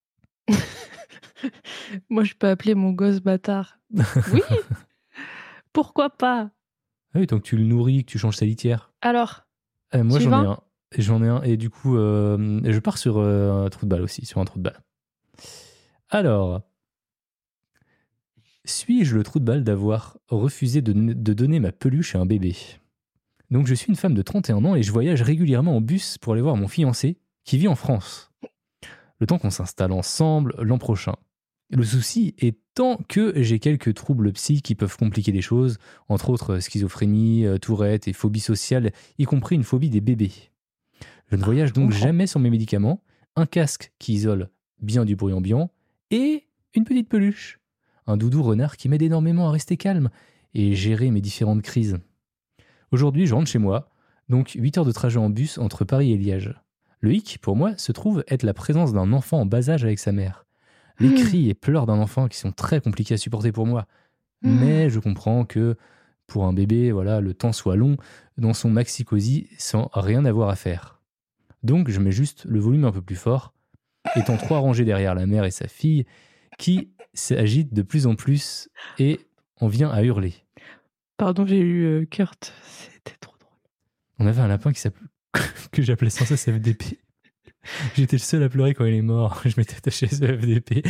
Moi, je peux appeler mon gosse bâtard. Oui. Pourquoi pas? Ah oui, tant que tu le nourris, que tu changes sa litière. Alors, moi, suivant. J'en ai un. Et du coup, je pars sur un trou de balle aussi, sur un trou de balle. Alors, suis-je le trou de balle d'avoir refusé de donner ma peluche à un bébé? Donc, je suis une femme de 31 ans et je voyage régulièrement en bus pour aller voir mon fiancé qui vit en France. Le temps qu'on s'installe ensemble l'an prochain. Le souci étant que j'ai quelques troubles psy qui peuvent compliquer les choses, entre autres schizophrénie, tourette et phobie sociale, y compris une phobie des bébés. Je ne voyage donc jamais sans mes médicaments, un casque qui isole bien du bruit ambiant et une petite peluche. Un doudou renard qui m'aide énormément à rester calme et gérer mes différentes crises. Aujourd'hui, je rentre chez moi, donc 8 heures de trajet en bus entre Paris et Liège. Le hic, pour moi, se trouve être la présence d'un enfant en bas âge avec sa mère. Les cris et pleurs d'un enfant qui sont très compliqués à supporter pour moi. Mais je comprends que pour un bébé, voilà, le temps soit long dans son maxi-cosy sans rien avoir à faire. Donc je mets juste le volume un peu plus fort, étant 3 rangées derrière la mère et sa fille, qui s'agitent de plus en plus et on vient à hurler. Pardon, j'ai eu Kurt. C'était trop drôle. On avait un lapin que j'appelais sans cesse FDP. J'étais le seul à pleurer quand il est mort. Je m'étais attaché à ce FDP.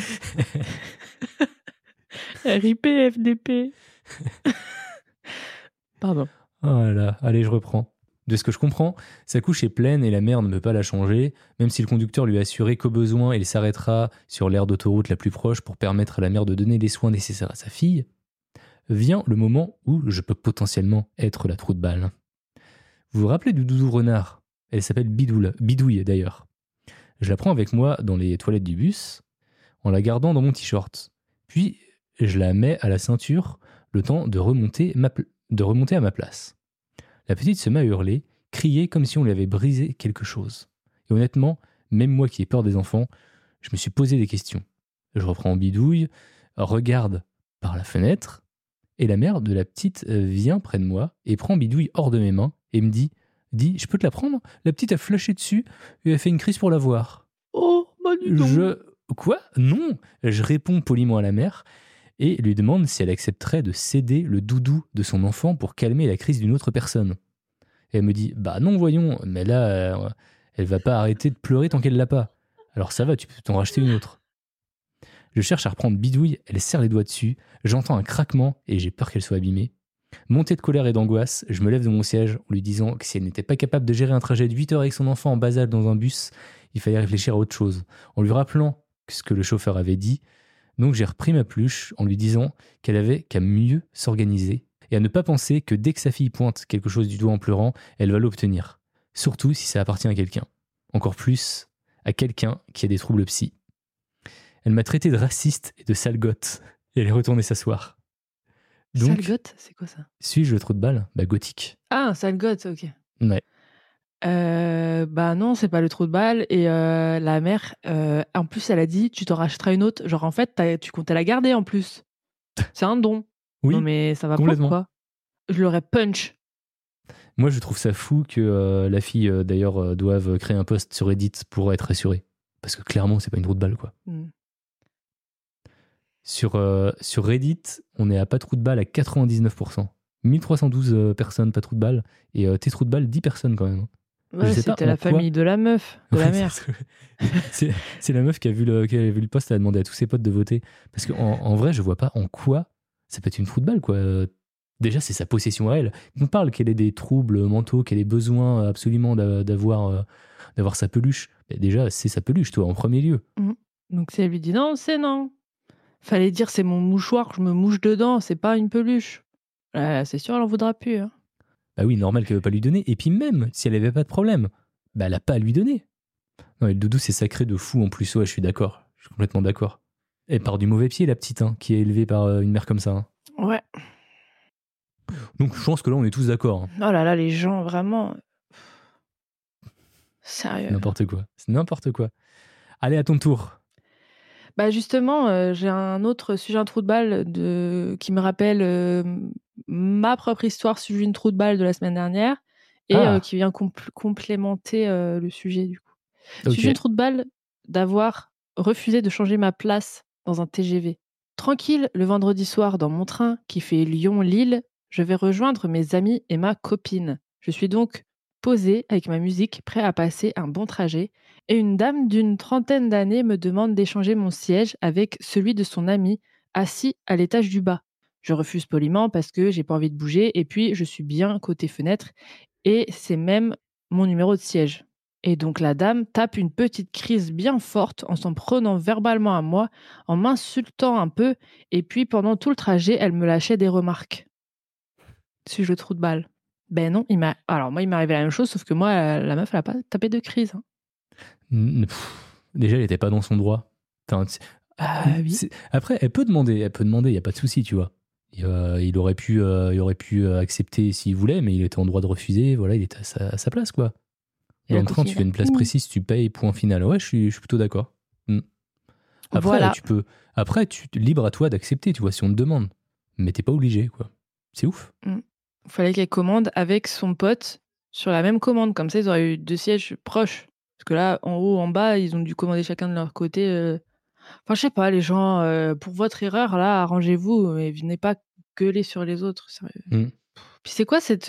RIP FDP. Pardon. Voilà, allez, je reprends. De ce que je comprends, sa couche est pleine et la mère ne veut pas la changer, même si le conducteur lui a assuré qu'au besoin, il s'arrêtera sur l'aire d'autoroute la plus proche pour permettre à la mère de donner les soins nécessaires à sa fille. Vient le moment où je peux potentiellement être la trou de balle. Vous vous rappelez du doudou renard? Elle s'appelle Bidouille d'ailleurs. Je la prends avec moi dans les toilettes du bus, en la gardant dans mon t-shirt. Puis, je la mets à la ceinture, le temps de remonter à ma place. La petite se met à hurler, crier comme si on lui avait brisé quelque chose. Et honnêtement, même moi qui ai peur des enfants, je me suis posé des questions. Je reprends Bidouille, regarde par la fenêtre, Et la mère de la petite vient près de moi et prend Bidouille hors de mes mains et me dit, je peux te la prendre ? La petite a flashé dessus et a fait une crise pour la voir. Oh, bah dis donc. Quoi ? Non ! Je réponds poliment à la mère et lui demande si elle accepterait de céder le doudou de son enfant pour calmer la crise d'une autre personne. Et elle me dit, bah non, voyons, mais là, elle va pas arrêter de pleurer tant qu'elle l'a pas. Alors ça va, tu peux t'en racheter une autre. Je cherche à reprendre Bidouille, elle serre les doigts dessus, j'entends un craquement et j'ai peur qu'elle soit abîmée. Montée de colère et d'angoisse, je me lève de mon siège en lui disant que si elle n'était pas capable de gérer un trajet de 8 heures avec son enfant en bas âge dans un bus, il fallait réfléchir à autre chose, en lui rappelant ce que le chauffeur avait dit. Donc j'ai repris ma pluche en lui disant qu'elle avait qu'à mieux s'organiser et à ne pas penser que dès que sa fille pointe quelque chose du doigt en pleurant, elle va l'obtenir. Surtout si ça appartient à quelqu'un. Encore plus à quelqu'un qui a des troubles psy. Elle m'a traité de raciste et de sale gosse et elle est retournée s'asseoir. Donc, Sale gosse, c'est quoi ça ? suis-je le trou de balle ? Bah gothique. Ah, sale gosse, ok. Ouais. Bah non, c'est pas le trou de balle. Et la mère, en plus, elle a dit, tu t'en rachèteras une autre. Genre, en fait, tu comptais la garder en plus. C'est un don. Oui, non, mais ça va complètement. pas, quoi. Je l'aurais punch. Moi, je trouve ça fou que la fille, d'ailleurs, doive créer un post sur Reddit pour être assurée. Parce que clairement, c'est pas une trou de balle, quoi. Sur Reddit, on est à pas trou de balle à 99%. 1312 personnes pas trou de balle. Et t'es trou de balle 10 personnes quand même. Ouais, c'était la famille de la meuf, de la mère. C'est la meuf qui a vu le post, elle a demandé à tous ses potes de voter. Parce qu'en vrai, je vois pas en quoi ça peut être une trou de balle, quoi. Déjà, c'est sa possession à elle. On parle qu'elle ait des troubles mentaux, qu'elle ait besoin absolument d'avoir sa peluche. Mais déjà, c'est sa peluche, toi, en premier lieu. Donc si elle lui dit non, c'est non. Fallait dire c'est mon mouchoir, je me mouche dedans, c'est pas une peluche. C'est sûr, elle en voudra plus. Hein. Bah oui, normal qu'elle ne veut pas lui donner. Et puis même, si elle n'avait pas de problème, bah elle n'a pas à lui donner. Non, et le doudou, c'est sacré de fou en plus. Ouais, je suis d'accord. Je suis complètement d'accord. Elle part du mauvais pied, la petite, hein, qui est élevée par une mère comme ça. Hein. Ouais. Donc je pense que là, on est tous d'accord. Hein. Oh là là, les gens, vraiment... Sérieux. N'importe quoi. C'est n'importe quoi. Allez, à ton tour. Bah justement, j'ai un autre sujet, un trou de balle qui me rappelle ma propre histoire sujet une trou de balle de la semaine dernière et qui vient complémenter le sujet du coup. Okay. Sujet une trou de balle d'avoir refusé de changer ma place dans un TGV. Tranquille, le vendredi soir dans mon train qui fait Lyon-Lille, je vais rejoindre mes amis et ma copine. Je suis donc posé avec ma musique, prêt à passer un bon trajet, et une dame d'une trentaine d'années me demande d'échanger mon siège avec celui de son ami, assis à l'étage du bas. Je refuse poliment parce que j'ai pas envie de bouger, et puis je suis bien côté fenêtre, et c'est même mon numéro de siège. Et donc la dame tape une petite crise bien forte en s'en prenant verbalement à moi, en m'insultant un peu, et puis pendant tout le trajet, elle me lâchait des remarques. Suis-je le trou de balle ? Ben non, il m'est arrivé la même chose, sauf que moi, la meuf, elle a pas tapé de crise. Hein. Déjà, elle était pas dans son droit. Oui. Après, elle peut demander, il n'y a pas de souci, tu vois. Il aurait pu accepter s'il voulait, mais il était en droit de refuser, voilà, il était à sa place, quoi. Dans le train, tu fais une place précise, tu payes, point final. Ouais, je suis plutôt d'accord. Après, voilà. tu libre à toi d'accepter, tu vois, si on te demande. Mais t'es pas obligé, quoi. C'est ouf. Il fallait qu'elle commande avec son pote sur la même commande. Comme ça, ils auraient eu 2 sièges proches. Parce que là, en haut, en bas, ils ont dû commander chacun de leur côté. Enfin, je sais pas, les gens, pour votre erreur, là, arrangez-vous. Mais venez pas gueuler sur les autres. Puis c'est quoi cette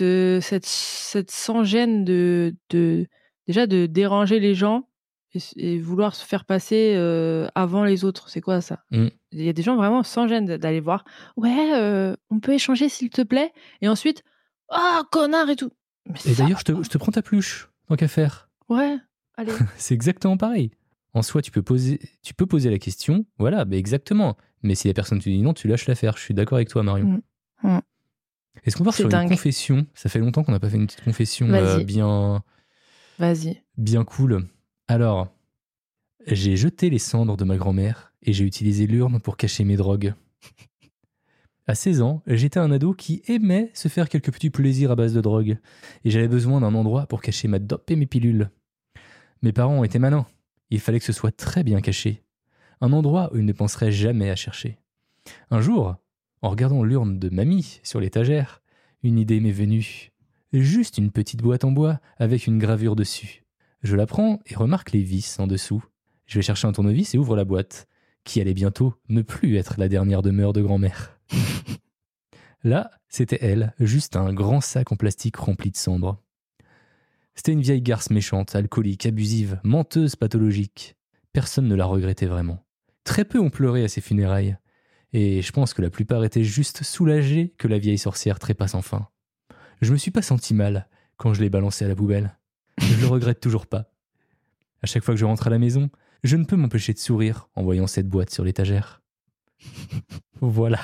sans-gêne de déranger les gens et vouloir se faire passer avant les autres? C'est quoi ça? Il y a des gens vraiment sans gêne d'aller voir. Ouais, on peut échanger s'il te plaît. Et ensuite, connard et tout. Et d'ailleurs, je te prends ta pluche, tant qu'à faire. Ouais, allez. C'est exactement pareil. En soi, tu peux poser la question, voilà, bah exactement. Mais si la personne te dit non, tu lâches l'affaire. Je suis d'accord avec toi, Marion. Est-ce qu'on part sur une confession ? Ça fait longtemps qu'on n'a pas fait une petite confession bien cool. Alors, j'ai jeté les cendres de ma grand-mère et j'ai utilisé l'urne pour cacher mes drogues. À 16 ans, j'étais un ado qui aimait se faire quelques petits plaisirs à base de drogue et j'avais besoin d'un endroit pour cacher ma dope et mes pilules. Mes parents étaient malins. Il fallait que ce soit très bien caché. Un endroit où ils ne penseraient jamais à chercher. Un jour, En regardant l'urne de mamie sur l'étagère, une idée m'est venue. Juste une petite boîte en bois avec une gravure dessus. Je la prends et remarque les vis en dessous. Je vais chercher un tournevis et ouvre la boîte, qui allait bientôt ne plus être la dernière demeure de grand-mère. Là, c'était elle, juste un grand sac en plastique rempli de cendres. C'était une vieille garce méchante, alcoolique, abusive, menteuse pathologique. Personne ne la regrettait vraiment. Très peu ont pleuré à ses funérailles. Et je pense que la plupart étaient juste soulagés que la vieille sorcière trépasse enfin. Je me suis pas senti mal quand je l'ai balancée à la poubelle. Je le regrette toujours pas. À chaque fois que je rentre à la maison, je ne peux m'empêcher de sourire en voyant cette boîte sur l'étagère. Voilà.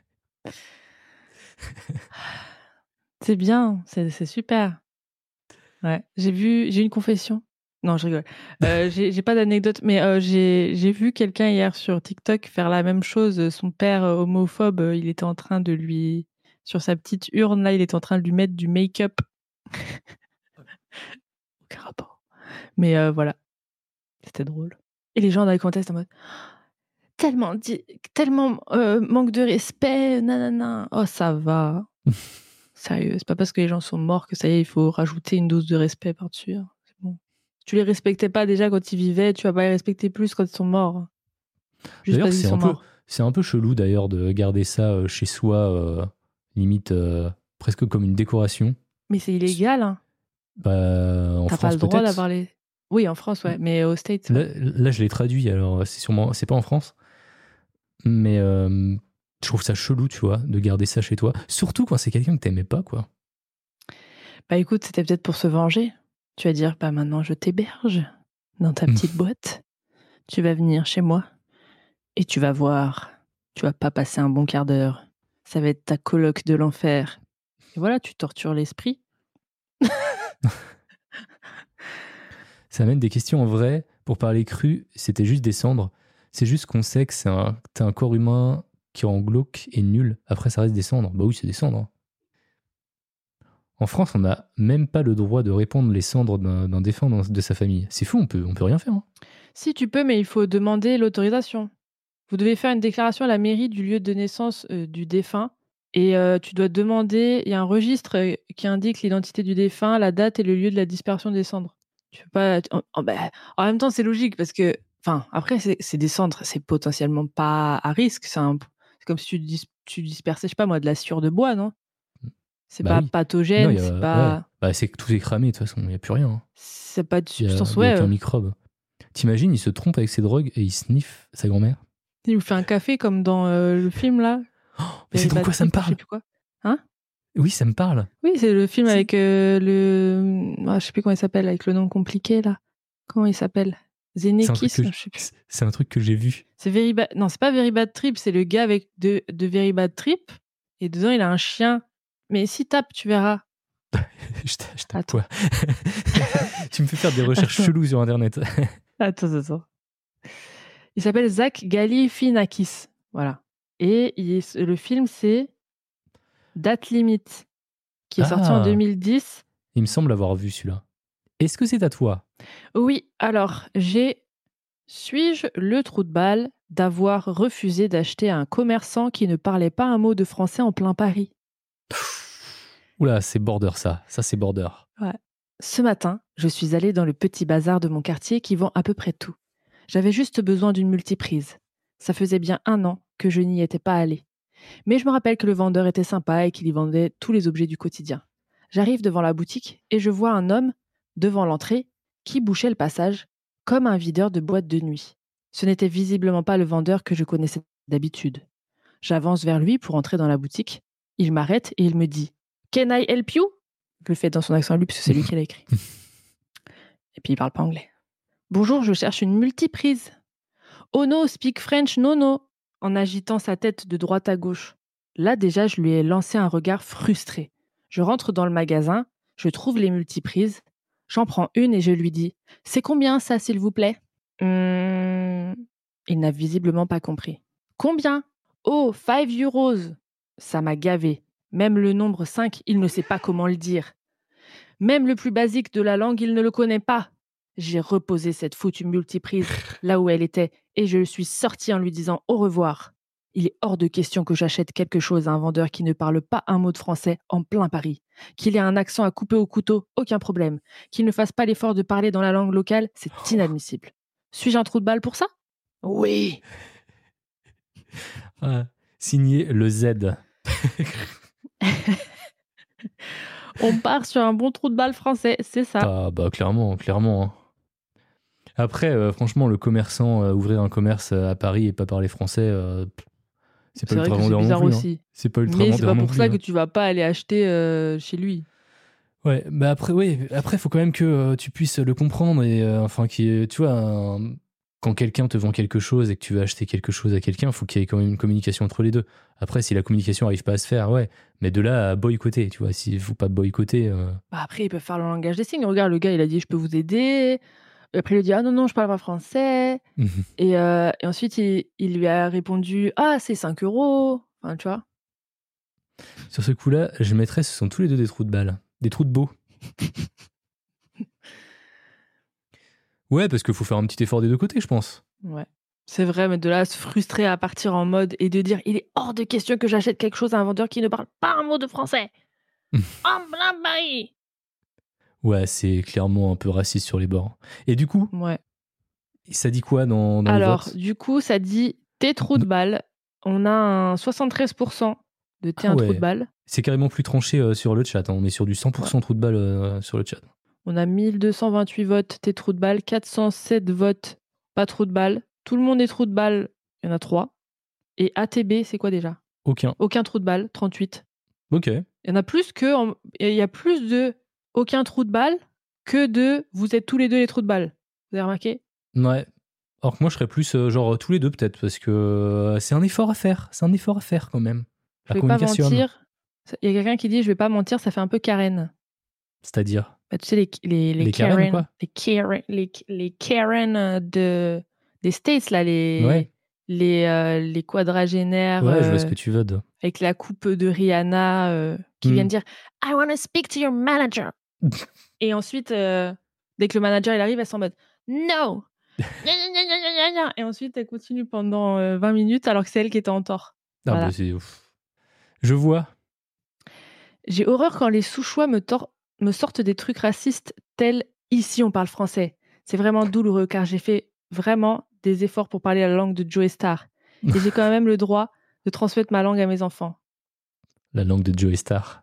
C'est bien, c'est super. Ouais, j'ai une confession. Non, je rigole. J'ai pas d'anecdote, mais j'ai vu quelqu'un hier sur TikTok faire la même chose. Son père homophobe, il était en train de lui, sur sa petite urne là, il était en train de lui mettre du make-up. Aucun rapport. Mais voilà, c'était drôle. Et les gens dans les commentaires en mode tellement manque de respect, nanana. Oh, ça va. Sérieux, c'est pas parce que les gens sont morts que ça y est, il faut rajouter une dose de respect par-dessus. Hein. C'est bon. Tu les respectais pas déjà quand ils vivaient, tu vas pas les respecter plus quand ils sont morts. Juste D'ailleurs, parce qu'ils sont morts. c'est un peu chelou d'ailleurs de garder ça chez soi, limite presque comme une décoration. Mais c'est illégal. Hein. En T'as France, pas le droit peut-être. d'avoir les. Oui, en France, ouais, mais aux States. Là, je l'ai traduit, alors c'est pas en France. Mais je trouve ça chelou, tu vois, de garder ça chez toi. Surtout quand c'est quelqu'un que t'aimais pas, quoi. Bah écoute, c'était peut-être pour se venger. Tu vas dire, bah maintenant je t'héberge dans ta petite boîte. Tu vas venir chez moi et tu vas voir. Tu vas pas passer un bon quart d'heure. Ça va être ta coloc de l'enfer. Et voilà, tu tortures l'esprit. Ça amène des questions en vrai. Pour parler cru, c'était juste des cendres. C'est juste qu'on sait que t'as un corps humain qui rend glauque et nul. Après, ça reste des cendres. Bah oui, c'est des cendres. En France, on n'a même pas le droit de répandre les cendres d'un défunt de sa famille. C'est fou, on peut rien faire. Hein. Si tu peux, mais il faut demander l'autorisation. Vous devez faire une déclaration à la mairie du lieu de naissance du défunt. Et tu dois demander, il y a un registre qui indique l'identité du défunt, la date et le lieu de la dispersion des cendres. Tu peux pas. En même temps, c'est logique parce que, enfin, après, c'est des cendres, c'est potentiellement pas à risque. C'est comme si tu dispersais, je sais pas moi, de la sciure de bois, non? C'est pas pathogène, non, c'est pas. Ouais. Bah, c'est que tout est cramé, de toute façon, il n'y a plus rien. Hein. C'est pas de substance, Il n'y a aucun microbe. T'imagines, il se trompe avec ses drogues et il sniffe sa grand-mère. Il vous fait un café comme dans le film là. Oh, mais c'est dans quoi ça me parle? Je sais plus quoi. Hein? Oui, ça me parle. Oui, c'est le film avec le. Je sais plus comment il s'appelle, avec le nom compliqué là. Comment il s'appelle? Zeneckis, je sais plus. C'est un truc que j'ai vu. C'est Very Bad. Non, c'est pas Very Bad Trip, c'est le gars avec de Very Bad Trip. Et dedans, il a un chien. Mais si tapes, tu verras. je tape quoi? Tu me fais faire des recherches cheloues sur Internet. Attends. Il s'appelle Zach Galifianakis. Voilà. Et le film, c'est Date Limite, qui est sorti en 2010. Il me semble avoir vu celui-là. Est-ce que c'est à toi? Oui, alors, suis-je le trou de balle d'avoir refusé d'acheter à un commerçant qui ne parlait pas un mot de français en plein Paris? Oula, c'est border ça. Ça, c'est border. Ouais. Ce matin, je suis allée dans le petit bazar de mon quartier qui vend à peu près tout. J'avais juste besoin d'une multiprise. Ça faisait bien 1 an que je n'y étais pas allée. Mais je me rappelle que le vendeur était sympa et qu'il y vendait tous les objets du quotidien. J'arrive devant la boutique et je vois un homme, devant l'entrée, qui bouchait le passage, comme un videur de boîte de nuit. Ce n'était visiblement pas le vendeur que je connaissais d'habitude. J'avance vers lui pour entrer dans la boutique. Il m'arrête et il me dit « Can I help you ?» Je le fais dans son accent à lui, parce que c'est lui qui l'a écrit. Et puis il parle pas anglais. « Bonjour, je cherche une multiprise. »« Oh no, speak French, no. » En agitant sa tête de droite à gauche. Là, déjà, je lui ai lancé un regard frustré. Je rentre dans le magasin, je trouve les multiprises, j'en prends une et je lui dis « C'est combien ça, s'il vous plaît ?» Il n'a visiblement pas compris. « Combien ? Oh, 5 €. » Ça m'a gavé. Même le nombre 5, il ne sait pas comment le dire. Même le plus basique de la langue, il ne le connaît pas. J'ai reposé cette foutue multiprise là où elle était et je suis sortie en lui disant au revoir. Il est hors de question que j'achète quelque chose à un vendeur qui ne parle pas un mot de français en plein Paris. Qu'il ait un accent à couper au couteau, aucun problème. Qu'il ne fasse pas l'effort de parler dans la langue locale, c'est inadmissible. Suis-je un trou de balle pour ça ? Oui. Signé le Z. On part sur un bon trou de balle français, c'est ça. Ah bah clairement. Hein. Après, franchement, le commerçant, ouvrir un commerce à Paris et pas parler français, c'est pas ultra vendeur non plus. Aussi. Hein. C'est pas ultra mais vendeur c'est pas non pour plus, ça hein. que tu vas pas aller acheter chez lui. Ouais, bah après, faut quand même que tu puisses le comprendre et tu vois, quand quelqu'un te vend quelque chose et que tu veux acheter quelque chose à quelqu'un, faut qu'il y ait quand même une communication entre les deux. Après, si la communication arrive pas à se faire, ouais, mais de là à boycotter, tu vois, s'il faut pas boycotter. Bah après, ils peuvent faire le langage des signes. Regarde, le gars, il a dit je peux vous aider. Et après, il lui dit ah non, je parle pas français. Et ensuite, il lui a répondu ah, c'est 5 €. Enfin, tu vois. Sur ce coup-là, je mettrais ce sont tous les deux des trous de balle. Des trous de beau. Ouais, parce qu'il faut faire un petit effort des deux côtés, je pense. Ouais. C'est vrai, mais de là à se frustrer à partir en mode et de dire il est hors de question que j'achète quelque chose à un vendeur qui ne parle pas un mot de français. En plein Paris. Ouais, c'est clairement un peu raciste sur les bords. Et du coup, ouais. Ça dit quoi dans les votes ? Alors, du coup, ça dit t'es trou de balle. On a un 73% de t'es un trou de balle. C'est carrément plus tranché sur le chat. Hein. On est sur du 100% trou de balle sur le chat. On a 1228 votes, t'es trou de balle. 407 votes, pas trou de balle. Tout le monde est trou de balle, il y en a 3. Et ATB, c'est quoi déjà ? Aucun trou de balle, 38. Ok. Il y en a plus que... Il y a plus de aucun trou de balle que de vous êtes tous les deux les trous de balle. Vous avez remarqué ? Ouais. Alors que moi, je serais plus genre tous les deux peut-être, parce que c'est un effort à faire. C'est un effort à faire quand même. Je vais pas mentir. Il y a quelqu'un qui dit je vais pas mentir, ça fait un peu Karen. C'est-à-dire bah, tu sais les Karen, quoi. les Karen des States là, les quadragénaires. Ouais, je vois ce que tu veux. Avec la coupe de Rihanna qui viennent dire I want to speak to your manager. Et ensuite, dès que le manager il arrive, elle s'en mode no. Et ensuite, elle continue pendant 20 minutes alors que c'est elle qui était en tort. Ah voilà. Bah c'est ouf. Je vois. J'ai horreur quand les Souchois me sortent des trucs racistes tels ici on parle français. C'est vraiment douloureux car j'ai fait vraiment des efforts pour parler la langue de Joey Starr. Et j'ai quand même le droit de transmettre ma langue à mes enfants. La langue de Joey Starr.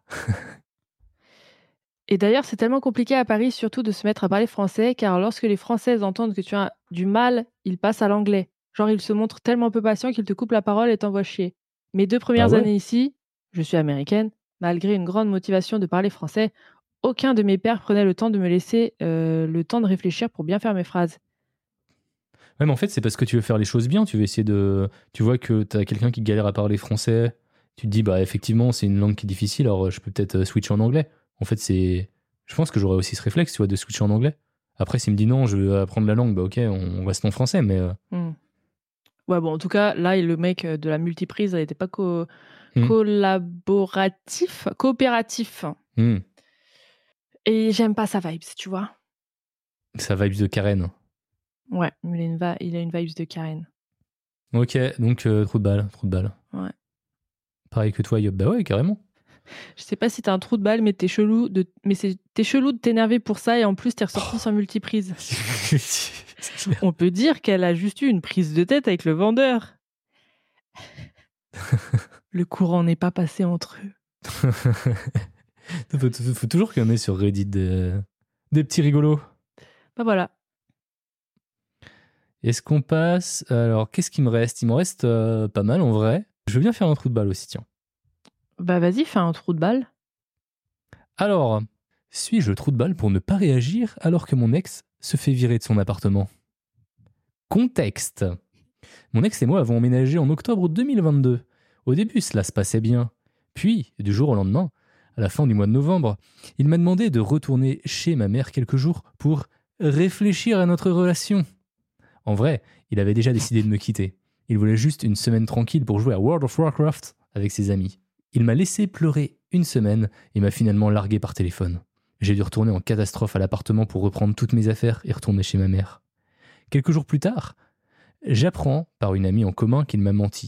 Et d'ailleurs, c'est tellement compliqué à Paris surtout de se mettre à parler français car lorsque les Françaises entendent que tu as du mal, ils passent à l'anglais. Genre, ils se montrent tellement peu patients qu'ils te coupent la parole et t'envoient chier. Mes 2 premières années ici, je suis américaine, malgré une grande motivation de parler français, aucun de mes pairs prenait le temps de me laisser le temps de réfléchir pour bien faire mes phrases. Ouais, mais en fait, c'est parce que tu veux faire les choses bien. Tu veux essayer de... Tu vois que tu as quelqu'un qui galère à parler français. Tu te dis, bah effectivement, c'est une langue qui est difficile, alors je peux peut-être switcher en anglais. En fait, c'est... Je pense que j'aurais aussi ce réflexe, tu vois, de switcher en anglais. Après, s'il me dit non, je veux apprendre la langue, bah ok, on reste en français, mais... Ouais, bon, en tout cas, là, le mec de la multiprise, il n'était pas coopératif. Et j'aime pas sa vibes, tu vois. Sa vibes de Karen. Ouais, il a une vibes de Karen. Ok, donc trou de balle. Ouais. Pareil que toi, Yob. Bah ouais, carrément. Je sais pas si t'as un trou de balle, mais t'es chelou de t'énerver pour ça et en plus t'es ressorti sans multiprise. On peut dire qu'elle a juste eu une prise de tête avec le vendeur. Le courant n'est pas passé entre eux. faut toujours qu'il y en ait sur Reddit des petits rigolos. Bah voilà. Est-ce qu'on passe... Alors, qu'est-ce qu'il me reste ? Il m'en reste pas mal en vrai. Je veux bien faire un trou de balle aussi, tiens. Bah vas-y, fais un trou de balle. Alors, suis-je le trou de balle pour ne pas réagir alors que mon ex se fait virer de son appartement ? Contexte. Mon ex et moi avons emménagé en octobre 2022. Au début, cela se passait bien. Puis, du jour au lendemain, à la fin du mois de novembre, il m'a demandé de retourner chez ma mère quelques jours pour réfléchir à notre relation. En vrai, il avait déjà décidé de me quitter. Il voulait juste une semaine tranquille pour jouer à World of Warcraft avec ses amis. Il m'a laissé pleurer une semaine et m'a finalement largué par téléphone. J'ai dû retourner en catastrophe à l'appartement pour reprendre toutes mes affaires et retourner chez ma mère. Quelques jours plus tard, j'apprends par une amie en commun qu'il m'a menti.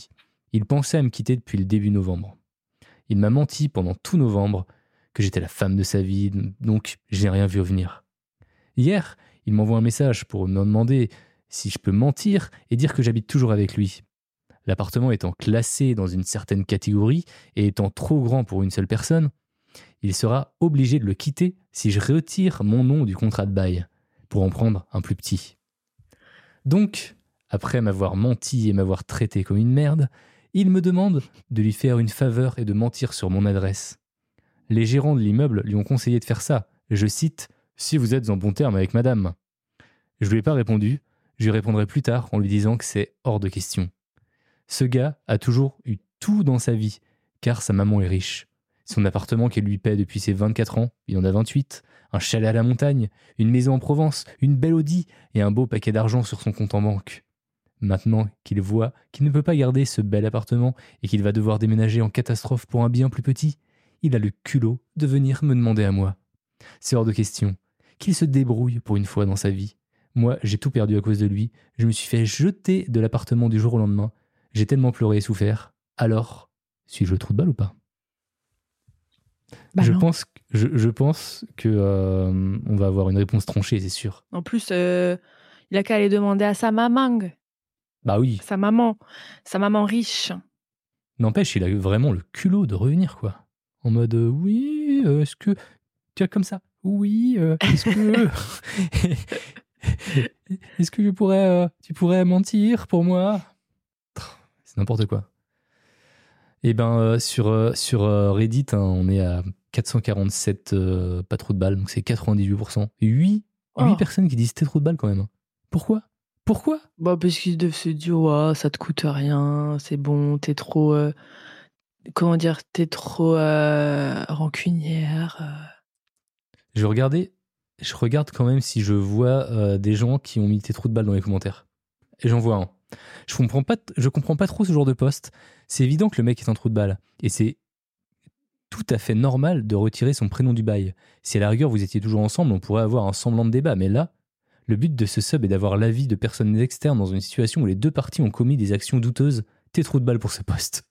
Il pensait à me quitter depuis le début novembre. Il m'a menti pendant tout novembre que j'étais la femme de sa vie, donc je n'ai rien vu venir. Hier, il m'envoie un message pour me demander si je peux mentir et dire que j'habite toujours avec lui. L'appartement étant classé dans une certaine catégorie et étant trop grand pour une seule personne, il sera obligé de le quitter si je retire mon nom du contrat de bail pour en prendre un plus petit. Donc, après m'avoir menti et m'avoir traité comme une merde, il me demande de lui faire une faveur et de mentir sur mon adresse. Les gérants de l'immeuble lui ont conseillé de faire ça. Je cite « Si vous êtes en bon terme avec madame ». Je lui ai pas répondu, je lui répondrai plus tard en lui disant que c'est hors de question. Ce gars a toujours eu tout dans sa vie, car sa maman est riche. Son appartement qu'elle lui paie depuis ses 24 ans, il en a 28, un chalet à la montagne, une maison en Provence, une belle Audi et un beau paquet d'argent sur son compte en banque. Maintenant qu'il voit qu'il ne peut pas garder ce bel appartement et qu'il va devoir déménager en catastrophe pour un bien plus petit, il a le culot de venir me demander à moi. C'est hors de question. Qu'il se débrouille pour une fois dans sa vie. Moi, j'ai tout perdu à cause de lui. Je me suis fait jeter de l'appartement du jour au lendemain. J'ai tellement pleuré et souffert. Alors, suis-je le trou de balle ou pas ? Bah je non. pense que on va avoir une réponse tranchée, c'est sûr. En plus, il a qu'à aller demander à sa maman, Bah oui. sa maman riche. N'empêche, il a eu vraiment le culot de revenir, quoi. En mode, oui, est-ce que... Tu vois, comme ça. Oui, est-ce que... est-ce que tu pourrais mentir pour moi ? C'est n'importe quoi. Et ben, sur Reddit, hein, on est à 447 pas trop de balles, donc c'est 98%. 8 personnes qui disent t'es trop de balles quand même. Pourquoi ? Bah, parce qu'ils doivent se dire, ouais, ça te coûte rien, c'est bon, t'es trop... t'es trop rancunière. Je regarde quand même si je vois des gens qui ont mis tes trous de balles dans les commentaires. Et j'en vois un. Je comprends pas trop ce genre de post. C'est évident que le mec est un trou de balle. Et c'est tout à fait normal de retirer son prénom du bail. Si à la rigueur vous étiez toujours ensemble, on pourrait avoir un semblant de débat. Mais là, le but de ce sub est d'avoir l'avis de personnes externes dans une situation où les deux parties ont commis des actions douteuses. T'es trou de balle pour ce post.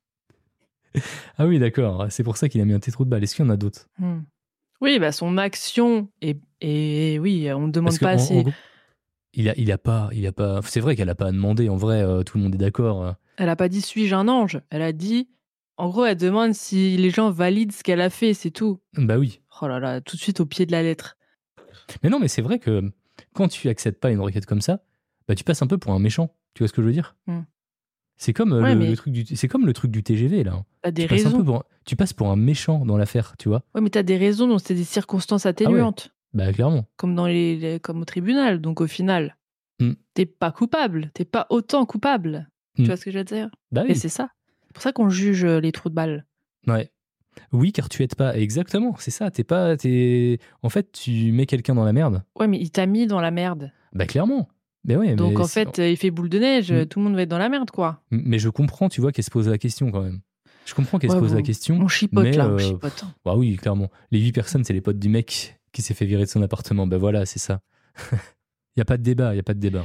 Ah oui, d'accord. C'est pour ça qu'il a mis un trou de balle. Est-ce qu'il y en a d'autres ? Oui, bah son action et oui, on ne demande pas assez. En gros, il a pas. C'est vrai qu'elle a pas à demander. En vrai, tout le monde est d'accord. Elle a pas dit suis-je un ange. Elle a dit, en gros, elle demande si les gens valident ce qu'elle a fait, c'est tout. Bah oui. Oh là là, tout de suite au pied de la lettre. Mais non, mais c'est vrai que quand tu acceptes pas une requête comme ça, bah tu passes un peu pour un méchant. Tu vois ce que je veux dire ? C'est comme le truc du TGV là. T'as des raisons. Tu passes pour un méchant dans l'affaire, tu vois. Ouais, mais t'as des raisons, donc c'est des circonstances atténuantes. Bah clairement. Comme comme au tribunal. Donc au final, t'es pas coupable, t'es pas autant coupable. Tu vois ce que je veux dire ? Bah oui. Et c'est ça. C'est pour ça qu'on juge les trous de balles. Ouais. Oui, car tu aides pas. Exactement, c'est ça. En fait, tu mets quelqu'un dans la merde. Ouais, mais il t'a mis dans la merde. Bah clairement. Mais ouais, donc en fait, il fait boule de neige, tout le monde va être dans la merde, quoi. Mais je comprends, tu vois, qu'elle se pose la question quand même. Je comprends qu'elle se pose la question. On chipote là, on chipote. Bah oui, clairement. Les 8 personnes, c'est les potes du mec qui s'est fait virer de son appartement. Bah voilà, c'est ça. Il n'y a pas de débat,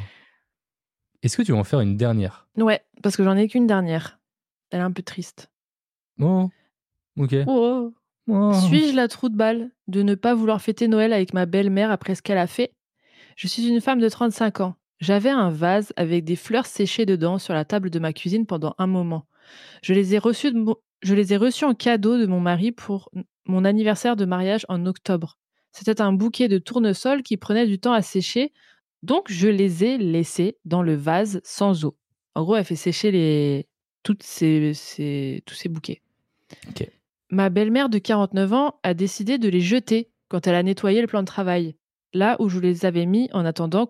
Est-ce que tu vas en faire une dernière ? Ouais, parce que j'en ai qu'une dernière. Elle est un peu triste. Oh, ok. Oh. Suis-je la trou de balle de ne pas vouloir fêter Noël avec ma belle-mère après ce qu'elle a fait ? Je suis une femme de 35 ans. J'avais un vase avec des fleurs séchées dedans sur la table de ma cuisine pendant un moment. Je les ai reçues en cadeau de mon mari pour mon anniversaire de mariage en octobre. C'était un bouquet de tournesol qui prenait du temps à sécher, donc je les ai laissés dans le vase sans eau. En gros, elle fait sécher tous ces bouquets. Okay. Ma belle-mère de 49 ans a décidé de les jeter quand elle a nettoyé le plan de travail, là où je les avais mis en attendant,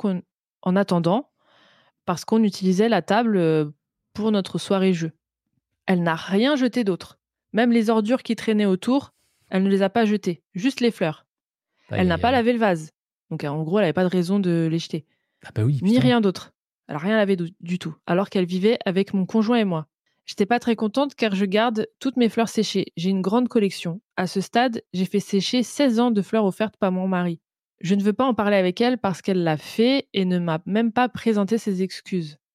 parce qu'on utilisait la table pour notre soirée jeu. Elle n'a rien jeté d'autre. Même les ordures qui traînaient autour, elle ne les a pas jetées, juste les fleurs. Elle n'a pas lavé le vase. Donc en gros, elle n'avait pas de raison de les jeter. Ah bah oui, ni rien d'autre. Elle n'a rien lavé du tout, alors qu'elle vivait avec mon conjoint et moi. J'étais pas très contente car je garde toutes mes fleurs séchées. J'ai une grande collection. À ce stade, j'ai fait sécher 16 ans de fleurs offertes par mon mari. Je ne veux pas en parler avec elle parce qu'elle l'a fait et ne m'a même pas présenté ses excuses.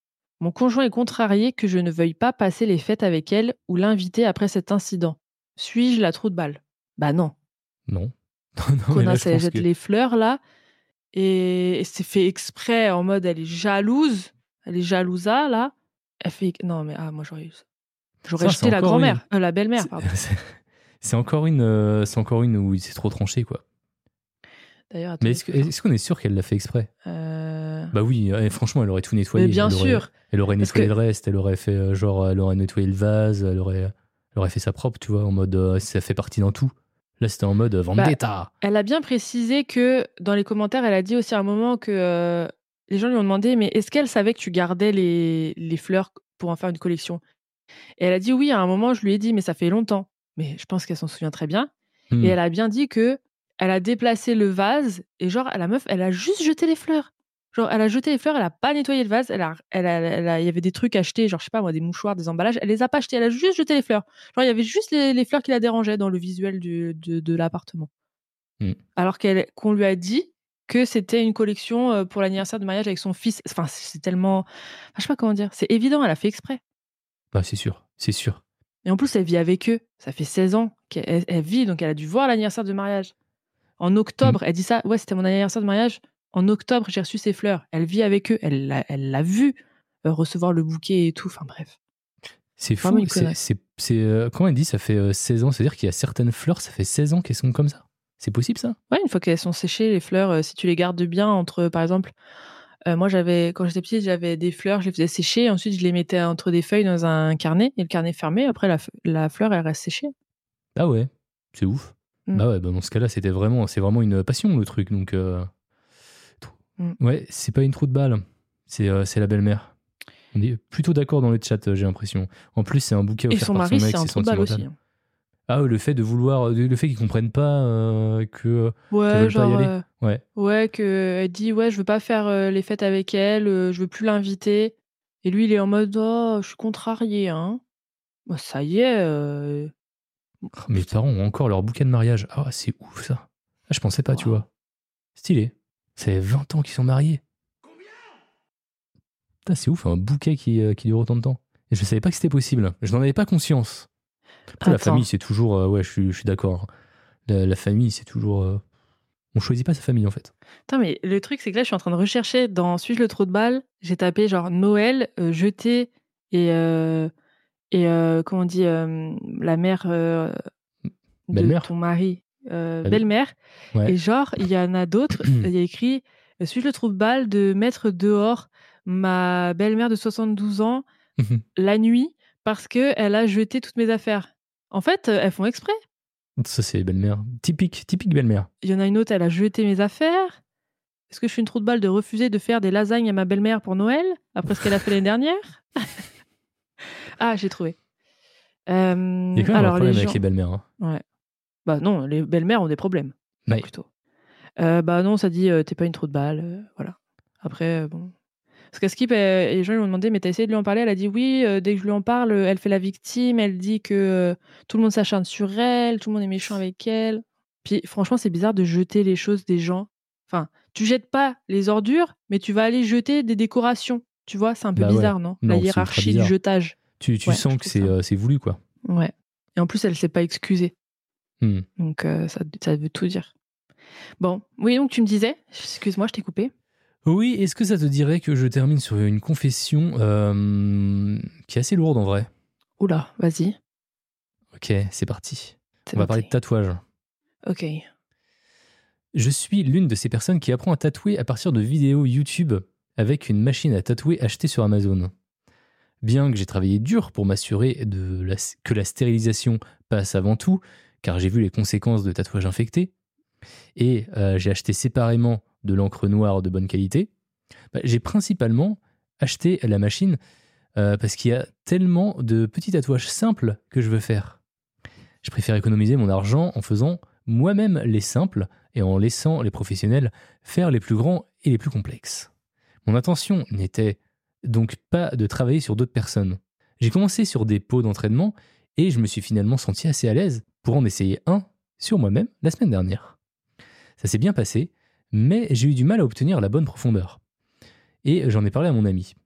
Mon conjoint est contrarié que je ne veuille pas passer les fêtes avec elle ou l'inviter après cet incident. Suis-je la trou de balle ? Bah non. Non. Non, mais là, Connasse, je elle pense jette que... les fleurs là et c'est fait exprès en mode elle est jalouse. Elle est jalousa là. Elle fait non mais moi j'aurais Ça, jeté la grand-mère, la belle-mère C'est pardon. c'est encore une où il s'est trop tranché, quoi. D'ailleurs, Mais attends, est-ce qu'on est sûr qu'elle l'a fait exprès ? Bah oui, franchement, elle aurait tout nettoyé. Mais bien Elle aurait- sûr. Elle aurait Parce nettoyé que- le reste, elle aurait fait elle aurait nettoyé le vase, elle aurait fait ça propre, tu vois, en mode ça fait partie d'un tout. Là, c'était en mode vendetta. Elle a bien précisé que dans les commentaires, elle a dit aussi à un moment que les gens lui ont demandé mais est-ce qu'elle savait que tu gardais les fleurs pour en faire une collection ? Et elle a dit oui, à un moment, je lui ai dit mais ça fait longtemps. Mais je pense qu'elle s'en souvient très bien. Et elle a bien dit que elle a déplacé le vase et genre la meuf, elle a juste jeté les fleurs. Genre elle a jeté les fleurs, elle a pas nettoyé le vase, il y avait des trucs achetés, genre je sais pas moi, des mouchoirs, des emballages, elle les a pas achetés, elle a juste jeté les fleurs. Genre il y avait juste les fleurs qui la dérangeaient dans le visuel de l'appartement. Alors qu'on lui a dit que c'était une collection pour l'anniversaire de mariage avec son fils. Enfin, c'est tellement, je sais pas comment dire, c'est évident, elle a fait exprès. Bah c'est sûr. Et en plus, elle vit avec eux. Ça fait 16 ans qu'elle vit, donc elle a dû voir l'anniversaire de mariage. En octobre, elle dit ça. Ouais, c'était mon anniversaire de mariage. En octobre, j'ai reçu ses fleurs. Elle vit avec eux. Elle l'a vu recevoir le bouquet et tout. Enfin, bref. C'est fou. Vraiment une connasse. Quand elle dit ça fait 16 ans, c'est-à-dire qu'il y a certaines fleurs, ça fait 16 ans qu'elles sont comme ça. C'est possible, ça ? Ouais, une fois qu'elles sont séchées, les fleurs, si tu les gardes bien entre, par exemple, moi, quand j'étais petite, j'avais des fleurs, je les faisais sécher. Ensuite, je les mettais entre des feuilles dans un carnet et le carnet fermé. Après, la fleur, elle reste séchée. Ah ouais, c'est ouf. Bah ouais, dans ce cas-là, c'est vraiment une passion, le truc. Donc, ouais, c'est pas une trou de balle. C'est la belle-mère. On est plutôt d'accord dans le chat, j'ai l'impression. En plus, c'est un bouquet offert par son mec, c'est un c'est trou de balle sentimental. aussi. Ah ouais, le fait qu'ils comprennent pas que Ouais, qu'elles veulent genre, pas y aller. ouais, qu'elle dit, ouais, je veux pas faire les fêtes avec elle, je veux plus l'inviter. Et lui, il est en mode, oh, je suis contrarié, hein. Bah, ça y est. Mes parents ont encore leur bouquet de mariage. Ah, c'est ouf ça. Ah, je pensais pas, tu vois. Stylé. Ça fait 20 ans qu'ils sont mariés. Putain, c'est ouf, un bouquet qui dure autant de temps. Et je savais pas que c'était possible. Je n'en avais pas conscience. Après, la famille, c'est toujours... ouais, je suis d'accord. La famille, c'est toujours... on choisit pas sa famille, en fait. Putain, mais le truc, c'est que là, je suis en train de rechercher dans Suis-je le trou de balle. J'ai tapé genre Noël, jeté et comment on dit, la mère de ton mari, belle-mère. Ouais. Et genre, il y en a d'autres. Il y a écrit Suis-je le trou de balle de mettre dehors ma belle-mère de 72 ans la nuit parce qu'elle a jeté toutes mes affaires. En fait, elles font exprès. Ça, c'est belle-mère. Typique belle-mère. Il y en a une autre, elle a jeté mes affaires. Est-ce que je suis une trou de balle de refuser de faire des lasagnes à ma belle-mère pour Noël après ce qu'elle a fait l'année dernière? Ah, j'ai trouvé. Il y a quand même un problème avec les belles-mères. Hein. Ouais. Bah non, les belles-mères ont des problèmes. Ouais. Plutôt. Bah non, ça dit t'es pas une trou de balle. Voilà. Après, bon. Parce qu'à Skip, les gens lui ont demandé, mais t'as essayé de lui en parler? Elle a dit oui, dès que je lui en parle, elle fait la victime, elle dit que tout le monde s'acharne sur elle, tout le monde est méchant avec elle. Puis franchement, c'est bizarre de jeter les choses des gens. Enfin, tu jettes pas les ordures, mais tu vas aller jeter des décorations. Tu vois, c'est un peu bizarre, non? La hiérarchie du jetage. Tu sens que c'est voulu, quoi. Ouais. Et en plus, elle s'est pas excusée. Donc, ça veut tout dire. Bon, oui, donc tu me disais, excuse-moi, je t'ai coupé. Oui, est-ce que ça te dirait que je termine sur une confession qui est assez lourde en vrai? Oula, vas-y. Ok, c'est parti. On va parler de tatouage. Ok. Je suis l'une de ces personnes qui apprend à tatouer à partir de vidéos YouTube avec une machine à tatouer achetée sur Amazon. Bien que j'ai travaillé dur pour m'assurer que la stérilisation passe avant tout, car j'ai vu les conséquences de tatouages infectés, et j'ai acheté séparément de l'encre noire de bonne qualité, j'ai principalement acheté la machine parce qu'il y a tellement de petits tatouages simples que je veux faire. Je préfère économiser mon argent en faisant moi-même les simples et en laissant les professionnels faire les plus grands et les plus complexes. Mon intention n'était donc pas de travailler sur d'autres personnes. J'ai commencé sur des pots d'entraînement et je me suis finalement senti assez à l'aise pour en essayer un sur moi-même la semaine dernière. Ça s'est bien passé, mais j'ai eu du mal à obtenir la bonne profondeur. Et j'en ai parlé à mon amie.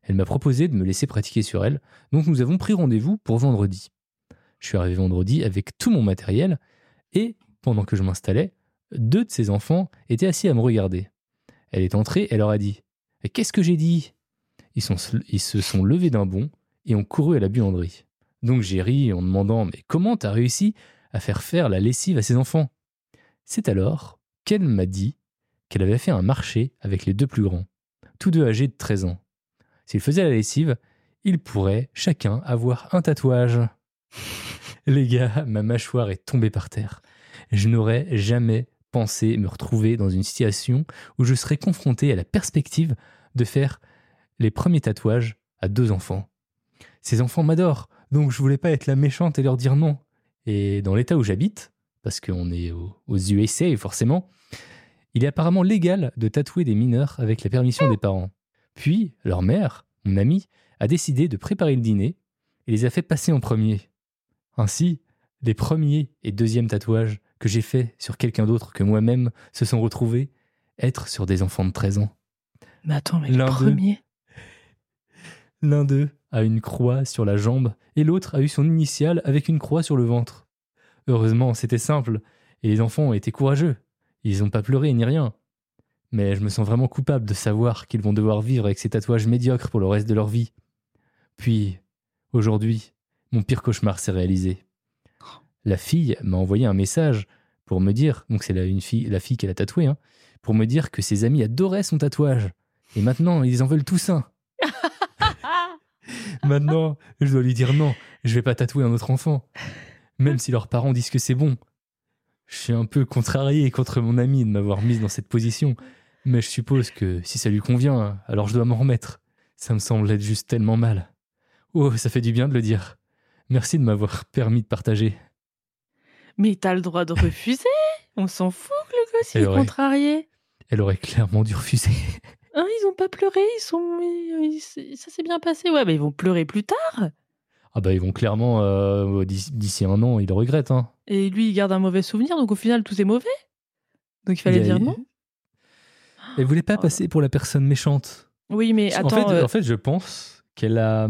Elle m'a proposé de me laisser pratiquer sur elle, donc nous avons pris rendez-vous pour vendredi. Je suis arrivé vendredi avec tout mon matériel et, pendant que je m'installais, 2 de ses enfants étaient assis à me regarder. Elle est entrée, elle leur a dit « Qu'est-ce que j'ai dit ?» Ils se sont levés d'un bond et ont couru à la buanderie. Donc j'ai ri en demandant « Mais comment t'as réussi à faire la lessive à ses enfants ?» C'est alors qu'elle m'a dit qu'elle avait fait un marché avec les 2 plus grands, tous 2 âgés de 13 ans. S'ils faisaient la lessive, ils pourraient chacun avoir un tatouage. Les gars, ma mâchoire est tombée par terre. Je n'aurais jamais pensé me retrouver dans une situation où je serais confronté à la perspective de faire les premiers tatouages à 2 enfants. Ces enfants m'adorent, donc je voulais pas être la méchante et leur dire non. Et dans l'état où j'habite, parce qu'on est aux USA forcément, il est apparemment légal de tatouer des mineurs avec la permission des parents. Puis, leur mère, mon amie, a décidé de préparer le dîner et les a fait passer en premier. Ainsi, les premiers et deuxièmes tatouages que j'ai faits sur quelqu'un d'autre que moi-même se sont retrouvés être sur des enfants de 13 ans. Mais attends, mais le premier... L'un d'eux a une croix sur la jambe et l'autre a eu son initiale avec une croix sur le ventre. Heureusement, c'était simple et les enfants ont été courageux. Ils n'ont pas pleuré ni rien. Mais je me sens vraiment coupable de savoir qu'ils vont devoir vivre avec ces tatouages médiocres pour le reste de leur vie. Puis, aujourd'hui, mon pire cauchemar s'est réalisé. La fille m'a envoyé un message pour me dire, donc c'est la fille qu'elle a tatouée, hein, pour me dire que ses amis adoraient son tatouage. Et maintenant, ils en veulent tous un. Maintenant, je dois lui dire non, je vais pas tatouer un autre enfant. Même si leurs parents disent que c'est bon. Je suis un peu contrarié contre mon ami de m'avoir mise dans cette position. Mais je suppose que si ça lui convient, alors je dois m'en remettre. Ça me semble être juste tellement mal. Oh, ça fait du bien de le dire. Merci de m'avoir permis de partager. Mais t'as le droit de refuser. On s'en fout que le gosse est contrarié. Elle aurait clairement dû refuser. Hein, ils ont pas pleuré, ça s'est bien passé. Ouais, mais ils vont pleurer plus tard. Ah bah ils vont clairement, d'ici 1 an, ils le regrettent. Hein. Et lui, il garde un mauvais souvenir, donc au final, tout est mauvais. Donc il fallait dire non. Elle voulait pas passer pour la personne méchante. Oui, mais attends... En fait, je pense qu'elle a...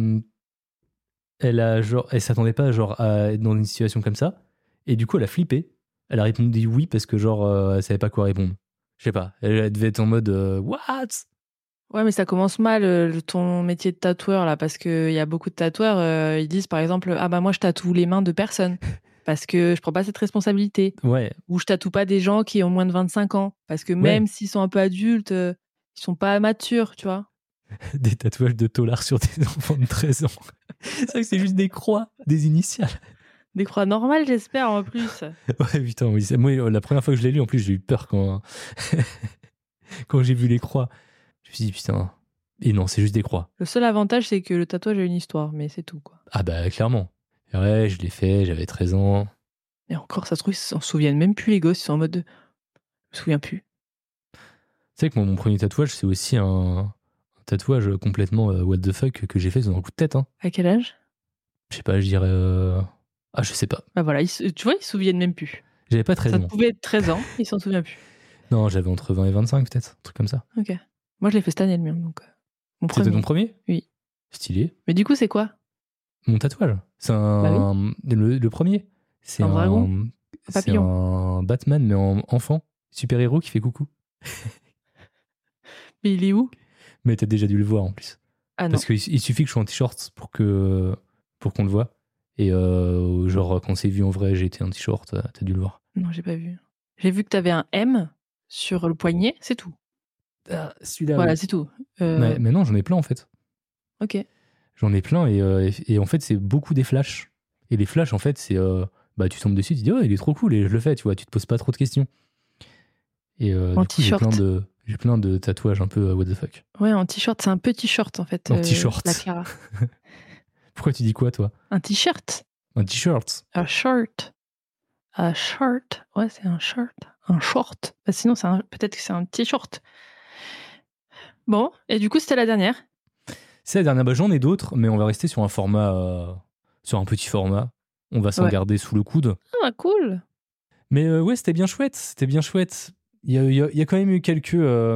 Elle s'attendait pas à être dans une situation comme ça. Et du coup, elle a flippé. Elle a répondu oui parce que elle savait pas quoi répondre. Je sais pas. Elle devait être en mode what? Ouais, mais ça commence mal ton métier de tatoueur là, parce qu'il y a beaucoup de tatoueurs, ils disent par exemple ah bah moi je tatoue les mains de personnes parce que je prends pas cette responsabilité. Ouais. Ou je tatoue pas des gens qui ont moins de 25 ans parce que même s'ils sont un peu adultes, ils sont pas matures, tu vois. Des tatouages de taulards sur des enfants de 13 ans. C'est vrai que c'est juste des croix, des initiales. Des croix normales, j'espère, en plus. Ouais, putain, oui. Moi, la première fois que je l'ai lu, en plus, j'ai eu peur quand j'ai vu les croix. Je me suis dit, putain. Et non, c'est juste des croix. Le seul avantage, c'est que le tatouage a une histoire, mais c'est tout, quoi. Ah bah, clairement. Ouais, je l'ai fait, j'avais 13 ans. Et encore, ça se trouve, ils s'en souviennent même plus, les gosses. Ils sont en mode de... Je me souviens plus. Tu sais que mon premier tatouage, c'est aussi un tatouage complètement what the fuck que j'ai fait dans un coup de tête. Hein. À quel âge? Je sais pas, je dirais... Ah, je sais pas. Bah voilà, tu vois, ils se souviennent même plus. J'avais pas 13 ans. Ça pouvait être 13 ans, ils s'en souviennent plus. Non, j'avais entre 20 et 25 peut-être, un truc comme ça. Ok. Moi, je l'ai fait cette année, le mien, donc... C'était ton premier? Oui. Stylé. Mais du coup, c'est quoi? Mon tatouage. C'est un... le premier. C'est un dragon? Un papillon? C'est un Batman, mais en enfant. Super-héros qui fait coucou. Mais il est où? Mais t'as déjà dû le voir en plus. Ah non. Parce qu'il suffit que je sois en t-shirt pour qu'on le voit. Et genre, quand c'est vu en vrai, j'ai été en t-shirt, t'as dû le voir. Non, j'ai pas vu. J'ai vu que t'avais un M sur le poignet, c'est tout. Ah, celui-là. Voilà, oui. c'est tout. Mais non, j'en ai plein en fait. Ok. J'en ai plein et en fait, c'est beaucoup des flashs. Et les flashs, en fait, c'est... tu tombes dessus, tu te dis, oh, il est trop cool, et je le fais, tu vois, tu te poses pas trop de questions. Et en du coup, j'ai plein de tatouages un peu what the fuck. Ouais, en t-shirt, c'est un petit short en fait. En t-shirt. La Clara. Pourquoi tu dis quoi, toi? Un t-shirt. Un t-shirt. Un short. Un short. Ouais, c'est un short. Un short. Bah, sinon, peut-être que c'est un t-shirt. Bon, et du coup, c'était la dernière. C'est la dernière. J'en ai d'autres, mais on va rester sur un format, sur un petit format. On va s'en garder sous le coude. Ah, cool. Mais ouais, c'était bien chouette. C'était bien chouette. Il y a quand même eu quelques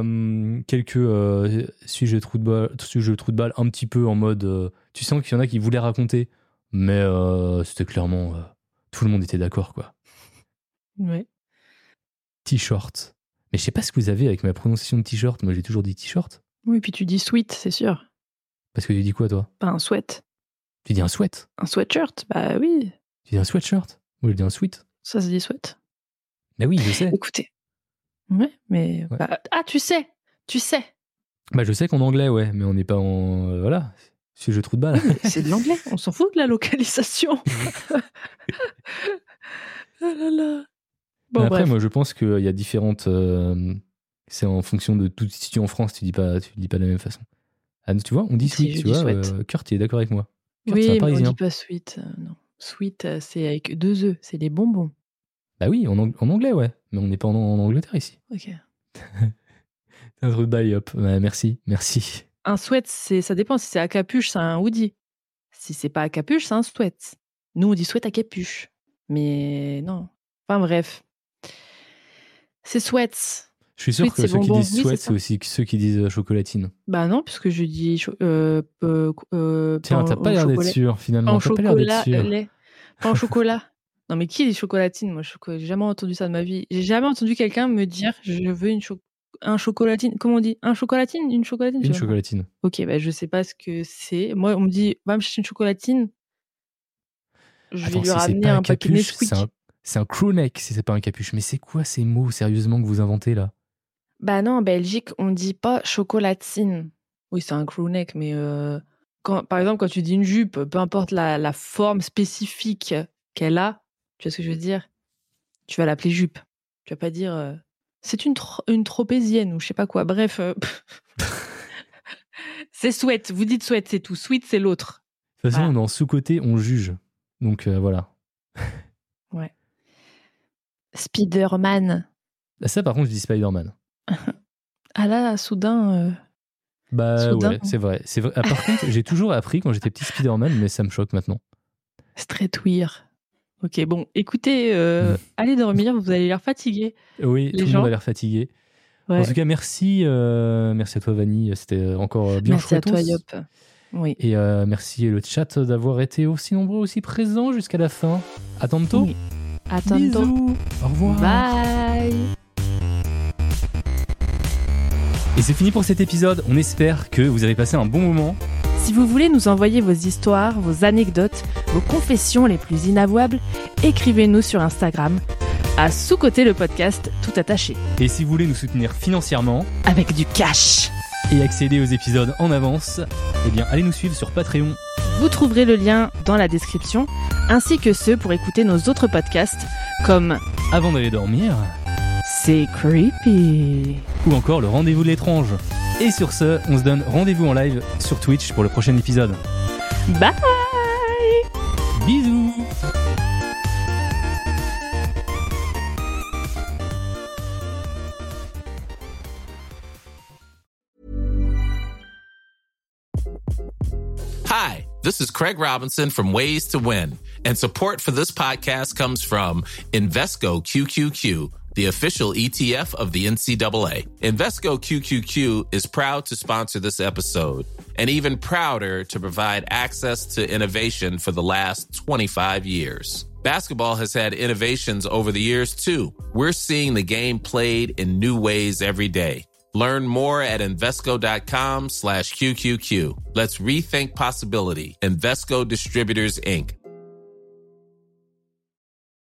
suis-je le trou de balle un petit peu en mode tu sens qu'il y en a qui voulaient raconter, mais c'était clairement tout le monde était d'accord, quoi. Ouais. T-shirt. Mais je sais pas ce que vous avez avec ma prononciation de t-shirt. Moi j'ai toujours dit t-shirt. Oui, puis tu dis sweat, c'est sûr. Parce que tu dis quoi, toi? Pas un sweat. Tu dis un sweat? Un sweatshirt, bah oui. Tu dis un sweatshirt? Moi je dis un sweat. Ça se dit sweat. Bah oui, je sais. Écoutez. Ouais, mais... Ouais. Bah, tu sais. Bah je sais qu'en anglais, ouais, mais on n'est pas en... voilà, si je trou de balle. C'est de l'anglais, on s'en fout de la localisation. Ah là là. Bon, Après, bref. moi je pense qu'il y a différentes... c'est en fonction de tout. Si tu es en France, tu dis pas de la même façon. Ah, tu vois, on dit Si, sweet, je tu dis vois. sweat. Kurt, il est d'accord avec moi. Kurt, c'est un Oui, mais on Parisien. dit pas sweet. Non. Sweet, c'est avec 2 œufs, c'est les bonbons. Bah oui, en anglais, ouais. Mais on n'est pas en Angleterre ici. Ok. Un truc de bail, hop. Ouais, merci. Un sweat, ça dépend. Si c'est à capuche, c'est un hoodie. Si c'est pas à capuche, c'est un sweat. Nous, on dit sweat à capuche. Mais non. Enfin bref. C'est sweats. Je suis sûr Sweet, que c'est ceux qui bonbon. disent Oui, sweat, c'est c'est aussi ceux qui disent chocolatine. Bah non, puisque je dis Tiens, t'as pas l'air d'être sûr, pas finalement. en T'as pas l'air d'être chocolat, sûr. lait. Pas en chocolat. Non, mais qui dit chocolatine? Moi, j'ai jamais entendu ça de ma vie. J'ai jamais entendu quelqu'un me dire je veux un chocolatine. Comment on dit? Un chocolatine? Une chocolatine? Une Je sais pas. chocolatine. Ok, bah je sais pas ce que c'est. Moi, on me dit va me chercher une chocolatine. Je vais Attends, lui si c'est ramener pas un un paquet capuche, Nesquik. c'est un crewneck si c'est pas un capuche. Mais c'est quoi ces mots, sérieusement, que vous inventez là? Bah non, en Belgique, on dit pas chocolatine. Oui, c'est un crewneck, mais par exemple, quand tu dis une jupe, peu importe la forme spécifique qu'elle a, tu vois ce que je veux dire? Tu vas l'appeler jupe. Tu vas pas dire c'est une tropézienne ou je sais pas quoi. Bref, c'est sweat. Vous dites sweat, c'est tout. Sweet, c'est l'autre. De toute façon, Voilà. on est en sous-côté, on juge. Donc voilà. Ouais. Spider-Man. Ça, par contre, je dis Spider-Man. Ah là, soudain. Bah Soudain. ouais, c'est vrai. Ah, par contre, j'ai toujours appris quand j'étais petit Spider-Man, mais ça me choque maintenant. Straight weird. Ok, bon, écoutez, allez dormir, vous allez l'air fatigué. Oui, Les tout le gens. monde a l'air fatigué. Ouais. En tout cas, merci à toi, Vanille. C'était encore bien Merci à chouette. toi, Yop. Oui. Et merci le chat d'avoir été aussi nombreux, aussi présents jusqu'à la fin. À tantôt. Oui. À tantôt. Bisous. Au revoir. Bye. Et c'est fini pour cet épisode. On espère que vous avez passé un bon moment. Si vous voulez nous envoyer vos histoires, vos anecdotes, vos confessions les plus inavouables, écrivez-nous sur Instagram à sous-côté le podcast tout attaché. Et si vous voulez nous soutenir financièrement Avec du cash. et accéder aux épisodes en avance, eh bien allez nous suivre sur Patreon. Vous trouverez le lien dans la description, ainsi que ceux pour écouter nos autres podcasts, comme Avant d'aller dormir, C'est creepy. ou encore le rendez-vous de l'étrange. Et sur ce, on se donne rendez-vous en live sur Twitch pour le prochain épisode. Bye. Bisous. Hi, this is Craig Robinson from Ways to Win, and support for this podcast comes from Invesco QQQ, the official ETF of the NCAA. Invesco QQQ is proud to sponsor this episode, and even prouder to provide access to innovation for the last 25 years. Basketball has had innovations over the years, too. We're seeing the game played in new ways every day. Learn more at Invesco.com/QQQ. Let's rethink possibility. Invesco Distributors, Inc.